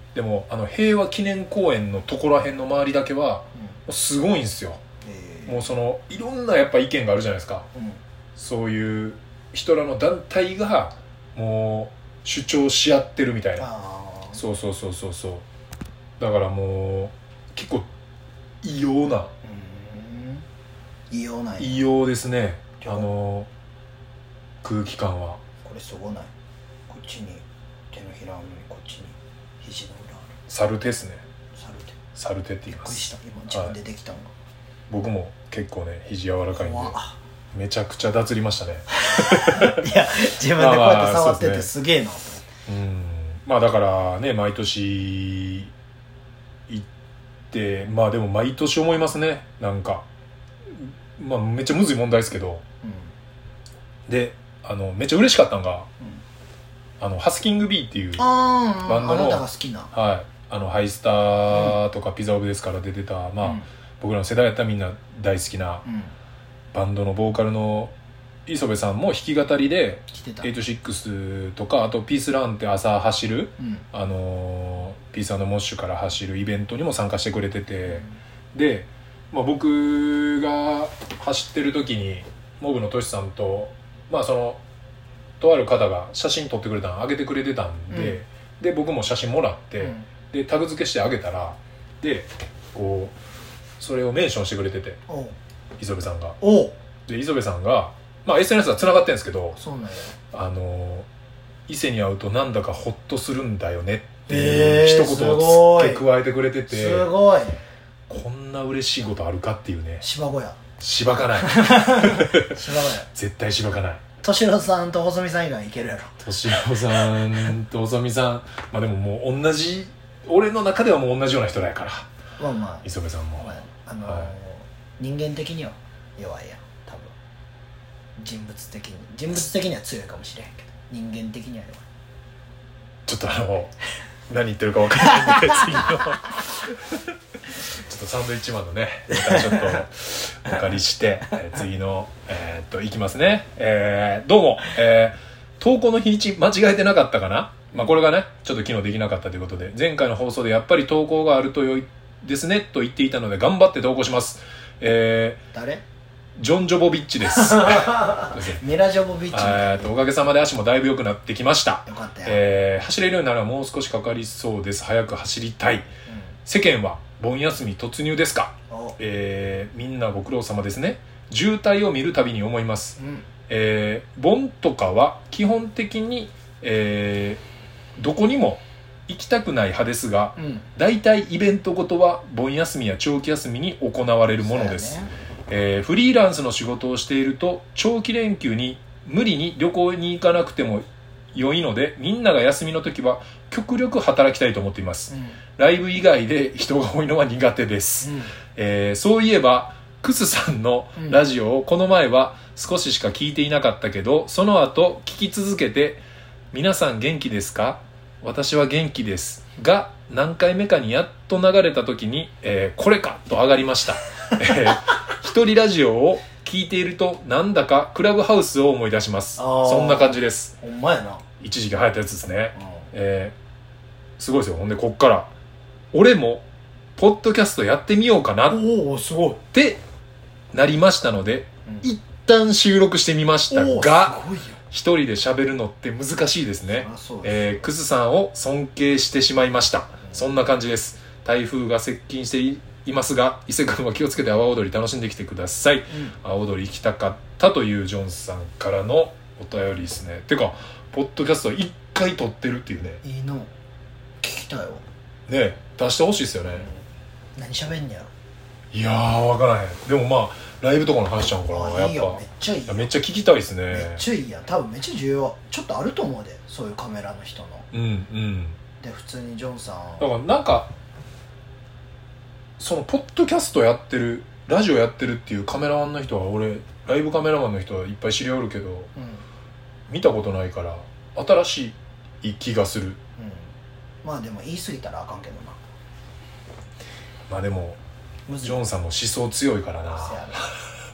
でもあの平和記念公園のところらへんの周りだけは、うん、すごいんですよ、えー、もうそのいろんなやっぱ意見があるじゃないですか、うん、そういう人らの団体がもう主張し合ってるみたいな、そうそうそうそうそう、だからもう結構異様な、 異様なんや、 異様ですね、あの空気感は。 これすごない、こっちに手のひらのにこっちに肘の裏ある。 サルテですね。 サルテサルテって言います。 びっくりした、今自分でできたのが、はい、 僕も結構ね肘柔らかいんでめちゃくちゃ脱りましたねいや自分でこうやって触っててすげえなと思って、 まあまあ、うん、まあだからね毎年行ってまあでも毎年思いますね、なんかまあめっちゃむずい問題ですけど、うん、であのめっちゃ嬉しかったのが、うん、あのハスキング B っていうバンドの、あなたが好きな、はい、あのハイスターとかピザオブですから出てた、うん、まあ、うん、僕らの世代やったらみんな大好きなバンドのボーカルの磯部さんも弾き語りでエイトシックスとかあとピースランって朝走る、うん、あのピース&モッシュから走るイベントにも参加してくれてて、うん、で、まあ、僕が走ってる時にモブのトシさんとまあそのとある方が写真撮ってくれたの上げてくれてたんで、うん、で僕も写真もらって、うん、でタグ付けしてあげたらでこうそれをメンションしてくれてて磯部さんがで磯部さんがまあ エスエヌエス は繋がってるんですけど、 そうなんや、 あの伊勢に会うとなんだかホッとするんだよねっていう一言を付け加えてくれてて、 すごい、 こんな嬉しいことあるかっていうね。 芝小屋しばかない芝小屋絶対しばかない。 敏郎さんと細見さん以外いけるやろ。 敏郎さんと細見さんまあでももう同じ俺の中ではもう同じような人だから、まあまあ磯部さんも、まああのーはい、人間的には弱いやん多分、人物的に人物的には強いかもしれへんけど人間的には弱い。 ちょっとあの何言ってるか分からないんで次のちょっとサンドイッチマンのねネタちょっとお借りして次のえー、っといきますね、えー、どうも、えー、投稿の日にち間違えてなかったかな。まあこれがねちょっと昨日できなかったということで前回の放送でやっぱり投稿があると良いですねと言っていたので頑張って投稿します。えー、 誰？ ジョン・ジョボビッチですミラ・ジョボビッチ、 えー、とおかげさまで足もだいぶ良くなってきました。 よかったよ、 えー、走れるようになるのはもう少しかかりそうです。早く走りたい、うん、世間は盆休み突入ですか、えー、みんなご苦労様ですね。渋滞を見るたびに思います、うんえー、盆とかは基本的に、えー、どこにも行きたくない派ですが、うん、大体イベントごとは盆休みや長期休みに行われるものです、えー、フリーランスの仕事をしていると長期連休に無理に旅行に行かなくても良いのでみんなが休みの時は極力働きたいと思っています、うん、ライブ以外で人が多いのは苦手です、うんえー、そういえばクスさんのラジオをこの前は少ししか聞いていなかったけどその後聞き続けて皆さん元気ですか私は元気ですが何回目かにやっと流れた時に、えー、これかと上がりました、えー、一人ラジオを聞いているとなんだかクラブハウスを思い出します。そんな感じです。 ほんまやな。 一時期流行ったやつですね、えー、すごいですよ。ほんでこっから俺もポッドキャストやってみようかなってなりましたので、うん、一旦収録してみましたが一人で喋るのって難しいですね。えー、クズさんを尊敬してしまいました、うん、そんな感じです。台風が接近していますが伊勢君は気をつけて阿波踊り楽しんできてください、うん、阿波踊り行きたかったというジョンさんからのお便りですね。てかポッドキャストいっかい撮ってるっていうね。 いいの聞きたいよね。出してほしいですよね、 うん、何喋んねやろ。 いやー分からへん。でもまあライブとかの話しちゃうからやっぱいいよ。めっちゃいいよ。 めっちゃ聞きたいですね。 めっちゃいいやん。多分めっちゃ重要ちょっとあると思うでそういうカメラの人の。 うんうんで普通にジョンさんだからなんかそのポッドキャストやってるラジオやってるっていうカメラマンの人は俺ライブカメラマンの人はいっぱい知り合うけど、うん、見たことないから新しい気がする、うん、 まあでも言い過ぎたらあかんけどな。 まあでもジョンさんも思想強いからな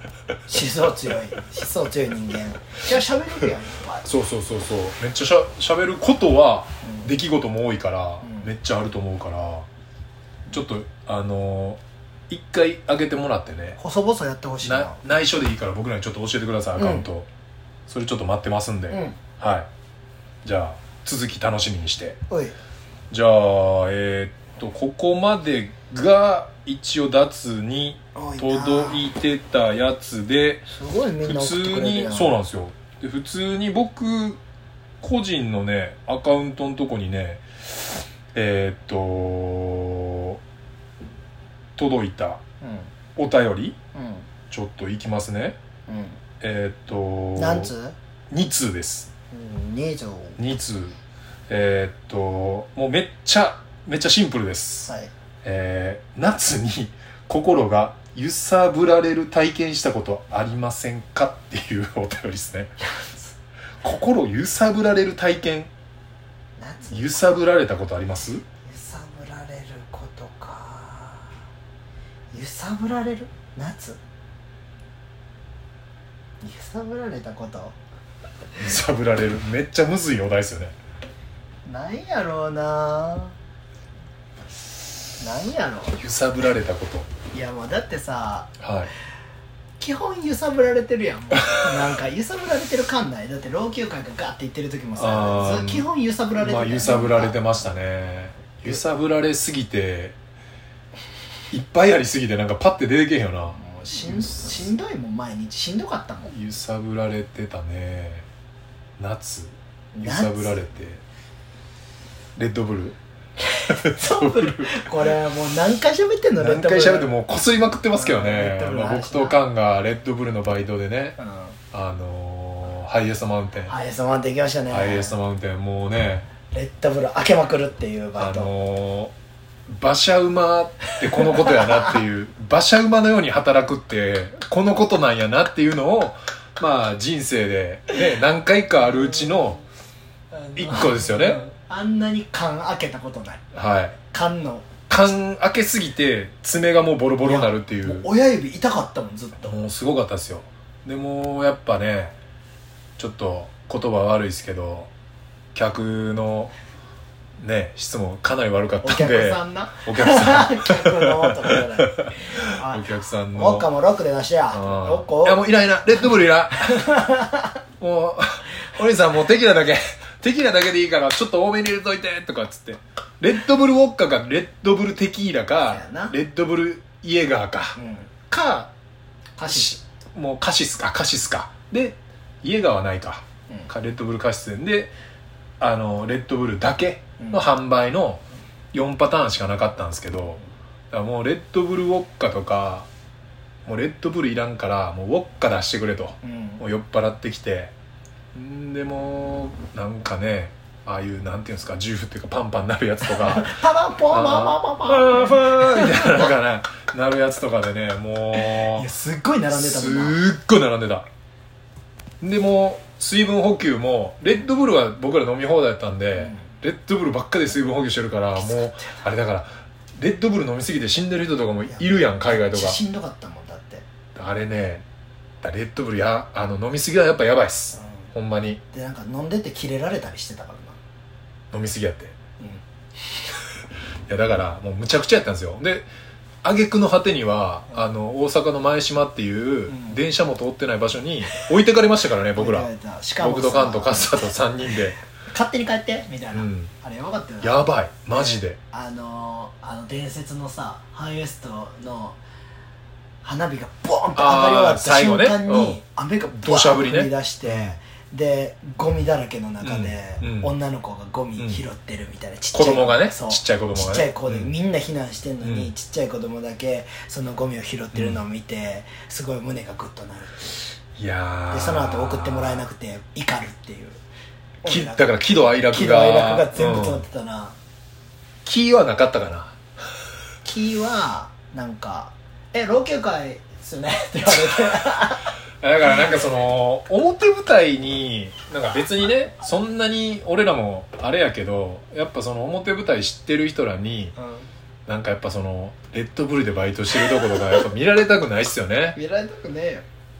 思想強い思想強い人間じゃあ喋れるやんいっぱいそうそうそうそうめっちゃしゃ喋ることは、うん、出来事も多いから、うん、めっちゃあると思うからちょっとあのー、一回上げてもらってね細々やってほしい な, な内緒でいいから僕らにちょっと教えてくださいアカウント、うん、それちょっと待ってますんで、うん、はいじゃあ続き楽しみにしておいじゃあえー、っとここまでが一応脱に届いてたやつですごいみんな送ってくれるやん普通にそうなんですよで普通に僕個人のねアカウントのとこにねえー、っと届いたお便り、うん、ちょっといきますね、うん、えー、っと何通 ? に 通です、 うん、に通に通えー、っともうめっちゃめっちゃシンプルです、 はいえー、夏に心が揺さぶられる体験したことありませんかっていうお便りですね心揺さぶられる体験揺さぶられたことあります？ 揺さぶられることか揺さぶられる夏揺さぶられたこと揺さぶられるめっちゃむずいお題ですよねなんやろうななんやろ揺さぶられたこといやもうだってさ、 はい、 基本揺さぶられてるやんもうなんか揺さぶられてる感ないだって老朽会がガッて言ってる時もさ基本揺さぶられてる、 まあ、揺さぶられてましたね揺さぶられすぎていっぱいありすぎてなんかパッて出てけへんよなもうし ん, しんどいもん毎日しんどかったもん揺さぶられてたね夏揺さぶられてレッドブルそうこれもう何回喋ってんの何回喋ってもうこすりまくってますけどね、まあ、僕とカンがレッドブルのバイトでね、うん、あのー、ハイエストマウンテンハイエストマウンテン行きましたねハイエストマウンテンもうねレッドブル開けまくるっていうバイトあのー、馬車馬ってこのことやなっていう馬車馬のように働くってこのことなんやなっていうのをまあ人生で、ね、何回かあるうちのいっこですよねあんなに缶開けたことないはい缶の缶開けすぎて爪がもうボロボロになるっていう、 もう親指痛かったもんずっともうすごかったですよでもやっぱねちょっと言葉悪いですけど客のね質問かなり悪かったんでお客さんなお客さん客の音が出ないお客さんのウォッカもロックで出してやロッコいやもういらいらレッドブルいらもうお兄さんもうテキラだけテキーラだけでいいからちょっと多めに入れといてとかっつってレッドブルウォッカかレッドブルテキーラかレッドブルイエガーか、うん、かカシスもうカシスかカシスかでイエガーはないか、うん、かレッドブルカシスであのレッドブルだけの販売のよんパターンしかなかったんですけどだからもうレッドブルウォッカとかもうレッドブルいらんからもうウォッカ出してくれと、うん、もう酔っ払ってきてんでもなんかねああいうなんていうんですか銃っていうかパンパンなるやつとかパパンポンパンパンパンパンパンパンみたいななんかねなるやつとかでねもういやすっごい並んでたもんなすっごい並んでたでも水分補給もレッドブルは僕ら飲み放題だったんで、うん、レッドブルばっかり水分補給してるからもうあれだからレッドブル飲みすぎて死んでる人とかもいるやん海外とかしんどかったもんだってあれねレッドブルやあの飲みすぎはやっぱやばいっす、うんほんまにでなんか飲んでてキレられたりしてたからな飲みすぎやって、うん、いやだからもうむちゃくちゃやったんですよで挙句の果てには、うん、あの大阪の前島っていう、うん、電車も通ってない場所に置いてかれましたからね僕らしかも僕とカンとカッサとさんにんで勝手に帰ってみたいな、うん、あれやばかったよなやばいマジで、 あのー、あの伝説のさハイエストの花火がボーンと上がり終わった瞬間に、ねうん、雨がボーンと降り出して、ねでゴミだらけの中で、うんうん、女の子がゴミ拾ってるみたいな、ちっちゃい子供がねちっちゃい子供がねちっちゃい子で、うん、みんな避難してんのに、うん、ちっちゃい子供だけそのゴミを拾ってるのを見て、うん、すごい胸がグッとなるいやでその後送ってもらえなくて怒るっていうきだから喜怒哀楽が喜怒哀楽が全部詰まってたな、うん、 キーはなかったかなキーはなんかえ老朽会ですよねって言われてだからなんかその表舞台になんか別にねそんなに俺らもあれやけどやっぱその表舞台知ってる人らに、うん、なんかやっぱそのレッドブルでバイトしてるところがやっぱ見られたくないっすよね見られたくねえよ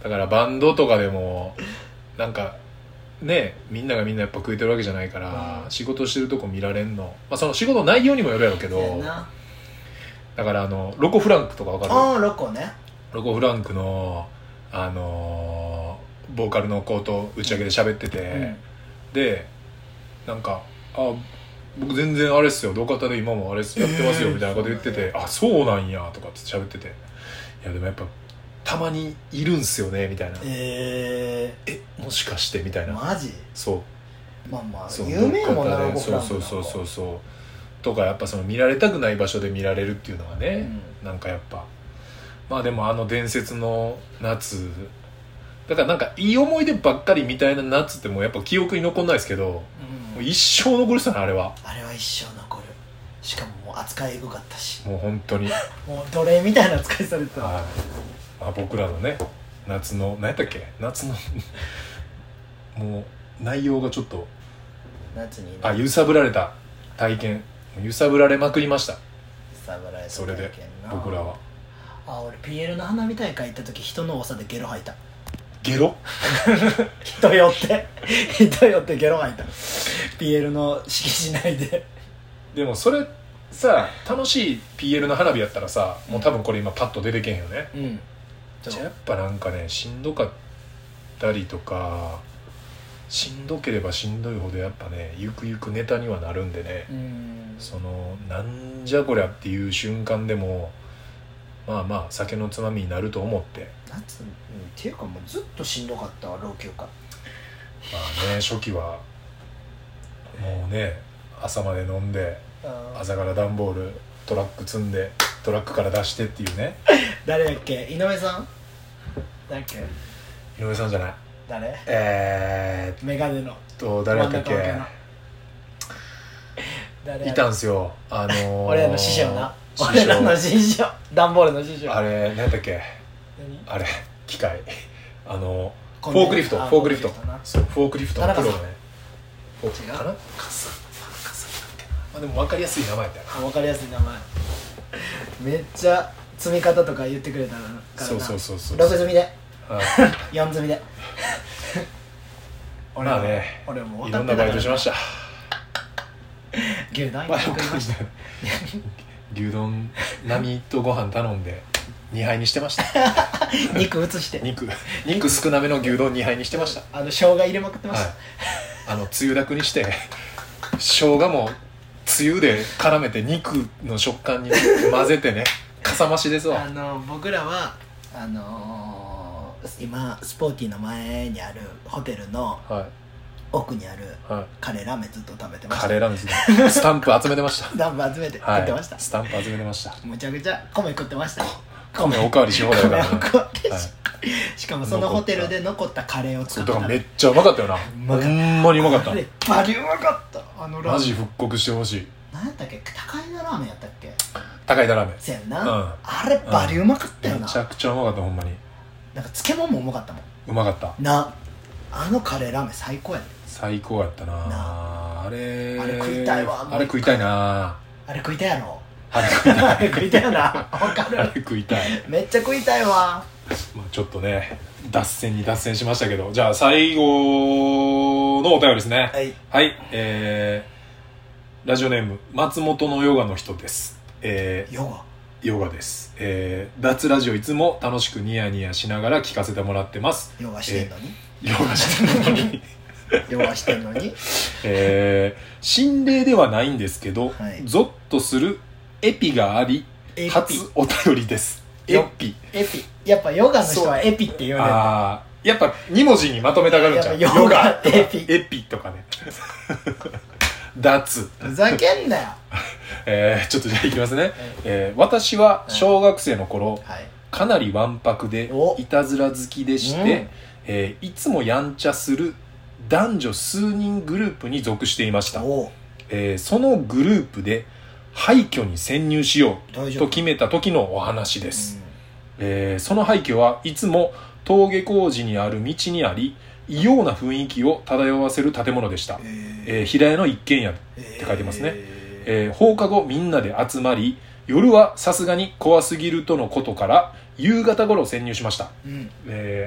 だからバンドとかでもなんかねみんながみんなやっぱ食えてるわけじゃないから、うん、仕事してるとこ見られんの、まあ、その仕事の内容にもよるやろうけど、だからあのロコフランクとかわかる？ ああロコね。 ロコフランクのあのー、ボーカルの子と打ち上げで喋ってて、うん、でなんかあ僕全然あれっすよ土方で今もあれやってますよみたいなこと言ってて、えー、あそうなんやとかって喋ってて、いやでもやっぱたまにいるんすよねみたいな、 えー、 えもしかしてみたいな。 マジ？ そうまあまあ有名もなロコフランクそうそうそうそうとかやっぱその見られたくない場所で見られるっていうのはね、うん、なんかやっぱまあでもあの伝説の夏だからなんかいい思い出ばっかりみたいな夏ってもうやっぱ記憶に残んないですけど、うん、もう一生残るさねあれは。 あれは一生残る。しかももう扱いエグかったしもう本当にもう奴隷みたいな扱いされてた、 はい、あ僕らのね夏の何やったっけ夏のもう内容がちょっと夏に、ね、 あ揺さぶられた体験揺さぶられまくりました。 揺さぶられた体験な。 それで僕らはあ俺 ピーエル の花火大会行った時人の多さでゲロ吐いた。 ゲロ人寄って人寄ってゲロ吐いた ピーエル の敷地内で。 でもそれさ楽しい ピーエル の花火やったらさもう多分これ今パッと出てけんよね、うん、じゃあやっぱなんかねしんどかったりとかしんどければしんどいほどやっぱねゆくゆくネタにはなるんでね、うん、そのなんじゃこりゃっていう瞬間でもまあまあ酒のつまみになると思って夏、うん、っていうかもうずっとしんどかったわ老朽化。まあね初期はもうね朝まで飲んで朝から段ボールトラック積んでトラックから出してっていうね誰だっけ井上さん誰だっけ井上さんじゃない誰えーメガネのと誰だっけ誰いたんすよあのー、 俺らの師匠な俺らの師匠段ボールの師匠あれ何だっけあれ機械あのー、フォークリフトフォークリフトそうフォークリフトのプロだねフォークかなカスまあ、でも分かりやすい名前だよな。 分かりやすい名前めっちゃ積み方とか言ってくれたからな。 そうそうそうそうろく積みで、はい、よん積みで俺はね俺もいろんなバイトしました。 牛丼食いました牛丼並とご飯頼んでにはいにしてました肉移して肉肉少なめの牛丼にはいにしてました。 あの生姜入れまくってました、はい、 あのつゆだくにして生姜もつゆで絡めて肉の食感に混ぜてねかさ増しですわ。 あの僕らはあのー、今スポーティーの前にあるホテルの奥にあるカレーラーメンずっと食べてました。 カレーラーメンずっとスタンプ集めてましたスタンプ集めて食ってました、はい、 スタンプ集めてました。 むちゃくちゃ米食ってました。 米おかわりし放題だから、ね、米おかわり、はい、 しかもそのホテルで残ったカレーを使ってた。 だからめっちゃうまかったよな。ほんまにうまかった。 あれバリうまかった。あのラーメンマジ復刻してほしい。 何やったっけ高井田ラーメンやったっけ。 高井田ラーメンせやんな、うん、あれバリうまかったよな、うん、 めちゃくちゃうまかったほんまに。 なんか漬物もうまかったもん。 うまかったな。あのカレーラーメン最高やね。 最高やったな。なあれあれ食いたいわ。 あれ食いたいな。 あれ食いたいやろ。 あれ食いたいあれ食いたいよな。分かる。 あれ食いたい。 めっちゃ食いたいわ。 まあちょっとね脱線に脱線しましたけど、じゃあ最後のお便りですね。はい、はい、えー、ラジオネーム松本のヨガの人です。えー、 ヨガヨガです。えー、脱ラジオいつも楽しくニヤニヤしながら聞かせてもらってます。 ヨガしてんのに、 えー、ヨガしてんのにヨガしてんのにえー、心霊ではないんですけど、はい、ゾッとするエピがあり初お便りです。エピエピやっぱヨガの人はエピって言われる。 ああやっぱに文字にまとめたがるんじゃん。ヨガエピエピとかね脱ふざけんなよえー、ちょっとじゃあいきますね、はいえー、私は小学生の頃、はい、かなりわんぱくでいたずら好きでして、うんえー、いつもやんちゃする男女数人グループに属していました、えー、そのグループで廃墟に潜入しようと決めた時のお話です、うんえー、その廃墟はいつも登下校時にある道にあり異様な雰囲気を漂わせる建物でした、えーえー、平屋の一軒家って書いてますね、えーえー、放課後みんなで集まり夜はさすがに怖すぎるとのことから夕方頃潜入しました、うんえー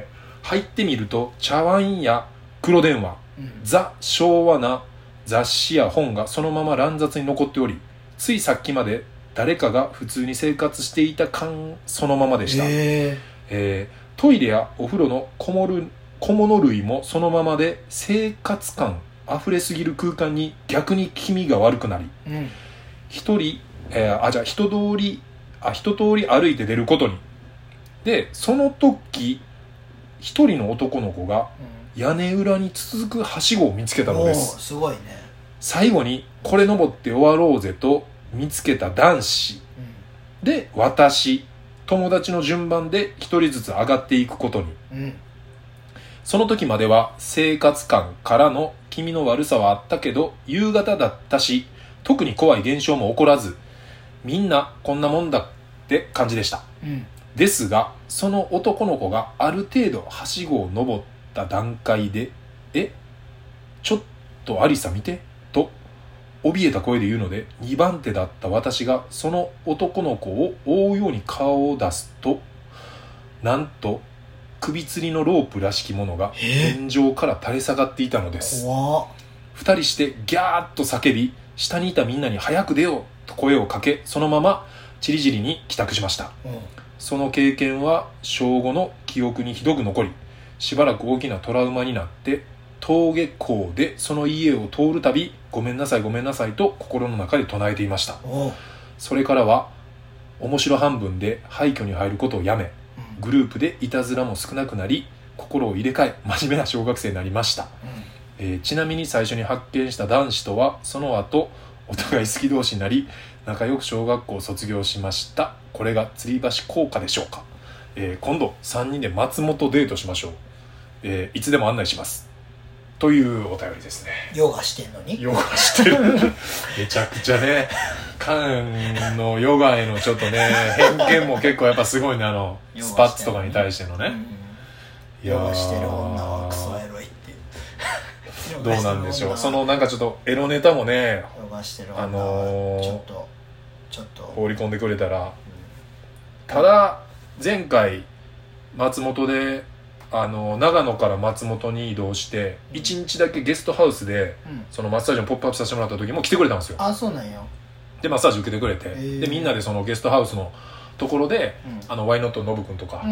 入ってみると茶碗や黒電話、うん、ザ昭和な雑誌や本がそのまま乱雑に残っており、ついさっきまで誰かが普通に生活していた感そのままでした。 えーえー、トイレやお風呂の小物小物類もそのままで、生活感あふれすぎる空間に逆に気味が悪くなり、 うん、 一人、えー、あじゃあ一通りあ一通り歩いて出ることに。でその時一人の男の子が屋根裏に続くはしごを見つけたのです。 すごいね。 最後にこれ登って終わろうぜと見つけた男子、うん、で私友達の順番で一人ずつ上がっていくことに、うん、その時までは生活感からの気味の悪さはあったけど、夕方だったし特に怖い現象も起こらず、みんなこんなもんだって感じでした、うん、ですがその男の子がある程度はしごを登った段階で、えちょっとアリサ見てと怯えた声で言うので、にばん手だった私がその男の子を追うように顔を出すと、なんと首吊りのロープらしきものが天井から垂れ下がっていたのです。二人してギャーッと叫び、下にいたみんなに早く出ようと声をかけ、そのままちりぢりに帰宅しました、うん、その経験は小ごの記憶にひどく残り、しばらく大きなトラウマになって、登下校でその家を通るたびごめんなさいごめんなさいと心の中で唱えていました。それからは面白半分で廃墟に入ることをやめ、グループでいたずらも少なくなり、心を入れ替え真面目な小学生になりました、うんえー、ちなみに最初に発見した男子とはその後お互い好き同士になり、仲良く小学校を卒業しました。これが吊り橋効果でしょうか。えー、今度さんにんで松本デートしましょう、えー、いつでも案内しますというお便りですね。 ヨガしてんのにヨガしてるめちゃくちゃね、カンのヨガへのちょっとね偏見も結構やっぱすごいね、あのスパッツとかに対してのね、 うん、ヨガしてる女はクソエロいってどうなんでしょう。そのなんかちょっとエロネタもね、 ヨガしてる女はあのー、ちょっとちょっと放り込んでくれたら、うん、ただ前回松本であの長野から松本に移動していちにちだけゲストハウスで、うん、そのマッサージのポップアップさせてもらった時も来てくれたんですよ。 あ、そうなんよ。 でマッサージ受けてくれて、でみんなでそのゲストハウスのところで、うん、あのワイノットのノブくんとか、うん、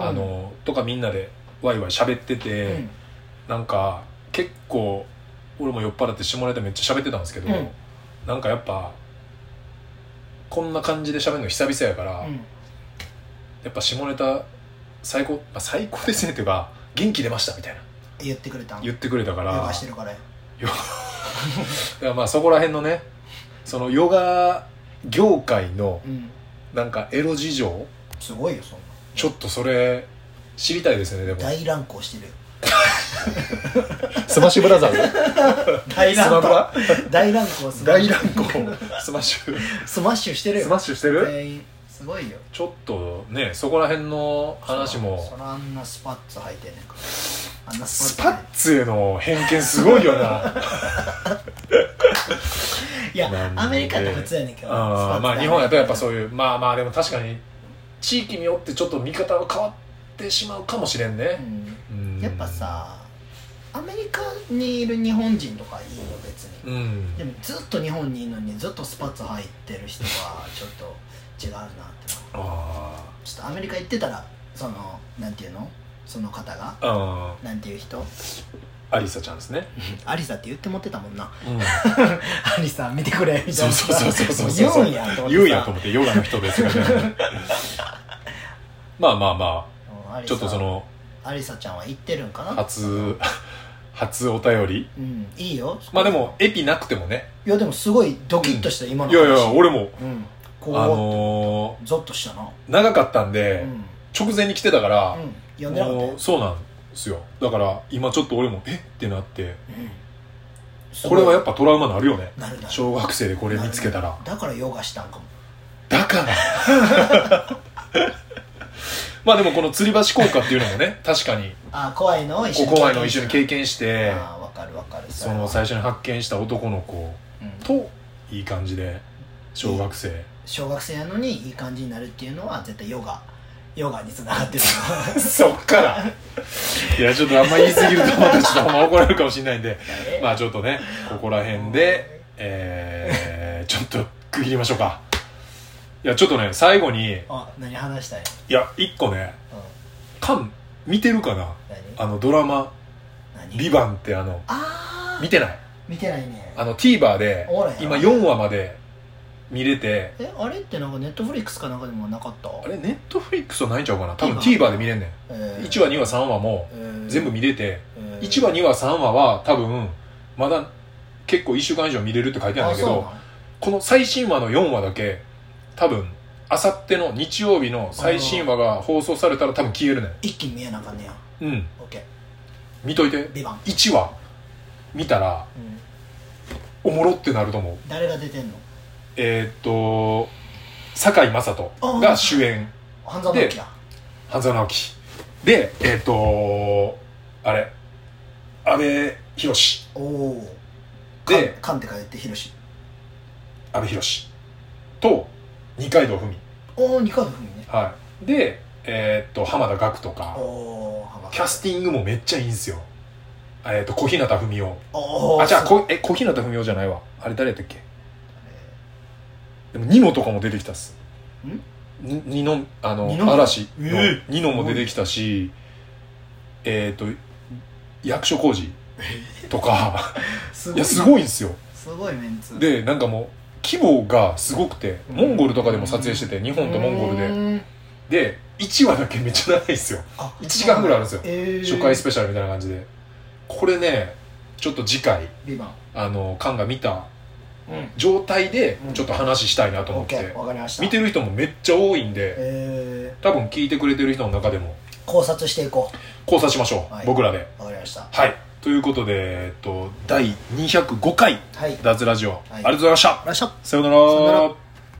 あのとかみんなでワイワイ喋ってて、うん、なんか結構俺も酔っ払って下ネタめっちゃ喋ってたんですけど、うん、なんかやっぱこんな感じで喋るの久々やから、うん、やっぱ下ネタ最高、まあ、最高ですねっていうか元気出ましたみたいな言ってくれた言ってくれたから、 ヨガしてるからよだからまあそこら辺のね、そのヨガ業界のなんかエロ事情、うん、 すごいよそんな、 ちょっとそれ知りたいですね。でも大乱行してるよスマッシュブラザーズ大乱行大乱行大乱行スマッシュスマッシュしてるよ。 スマッシュしてる、 全員すごいよ。 ちょっとねそこら辺の話もそ, そらあんなスパッツ履いてんねんから、あんなスパッツへの偏見すごいよないやアメリカって普通やねんけど、 あまあ日本やとやっぱそういう、まあまあでも確かに地域によってちょっと見方が変わってしまうかもしれんね、 うん、やっぱさアメリカにいる日本人とかいいよ別に、うん、でもずっと日本にいるのにずっとスパッツ履いてる人はちょっと違うなってあちょっとアメリカ行ってたらそのなんていうのその方があなんていう人アリサちゃんですねアリサって言って持ってたもんな、うん、アリサ見てくれみたいなそうそうそうそうそうそう言うんやと思って言うんやと思ってヨガの人ですからねまあまあまあちょっとそのアリサちゃんは行ってるんかな初初お便り、 うん、いいよ。 まあでもエピなくてもね、 いやでもすごいドキッとした今の話、うん、いやいや俺も、 うん、こうあのー、ゾッとしたな。 長かったんで、うん、直前に来てたから、うん、 読んでなかったよ。 そうなんですよ。だから今ちょっと俺もえってなって、うん、これはやっぱトラウマになるよね。 なるなる。 小学生でこれ見つけたら。 だからヨガしたんかも。 だからまあでもこの吊り橋効果っていうのもね確かにあ怖いのを一緒に怖いのを一緒に経験して、 あ分かる分かる。 その最初に発見した男の子といい感じで小学生、 小学生なのにいい感じになるっていうのは絶対ヨガヨガにつながってるそっからいやちょっとあんま言い過ぎるとまたちょっとほんま怒られるかもしれないんでまあちょっとねここら辺でえー、ちょっと区切りましょうか。いやちょっとね最後にあ何話したいいや一個ね、うん、カン見てるかなあのドラマビバンってあのあ見てない見てないねあの TVer で今よんわまで見れてえあれってなんかネットフリックスかなんかでもなかった？ あれネットフリックスはないんちゃうかな多分 TVer で見れんねん、えー、いちわにわさんわも全部見れて、えー、いちわにわさんわは多分まだ結構いっしゅうかん以上見れるって書いてあるんだけどこの最新話のよんわだけ多分あさっての日曜日の最新話が放送されたら多分消えるねん。 一気に見えなあかんねや。 うん OK 見といてビバンいちわ見たら、うん、おもろってなると思う。 誰が出てんの？ えー、っと堺雅人が主演半沢直樹だ。 半沢直樹でえー、っとあれ阿部寛おおでカンって書いて寛阿部寛と二階堂ふみおお二階堂ふみねはいでえー、っと浜田岳とかおキャスティングもめっちゃいいんすよ。えー、っと小日向文世おあじゃあこえ小日向文世じゃないわあれ誰やったっけでもニノとかも出てきたっす。んニノあの嵐のニノも出てきたしえっ、ー、と役所広司とかいやすごいんですよ。 すごいメンツでなんかもう規模がすごくてモンゴルとかでも撮影してて日本とモンゴルででいちわだけめっちゃ長いですよ。いちじかんぐらいあるんですよ、えー、初回スペシャルみたいな感じでこれねちょっと次回あのカンが見た状態でちょっと話したいなと思って、 うん、わかりました。 見てる人もめっちゃ多いんで、 えー、 多分聞いてくれてる人の中でも考察していこう考察しましょう、はい、僕らで。 わかりました。 はいということで、えっと、だいにひゃくごかい、はい、脱ラジオ、はい、ありがとうございました。 さよなら。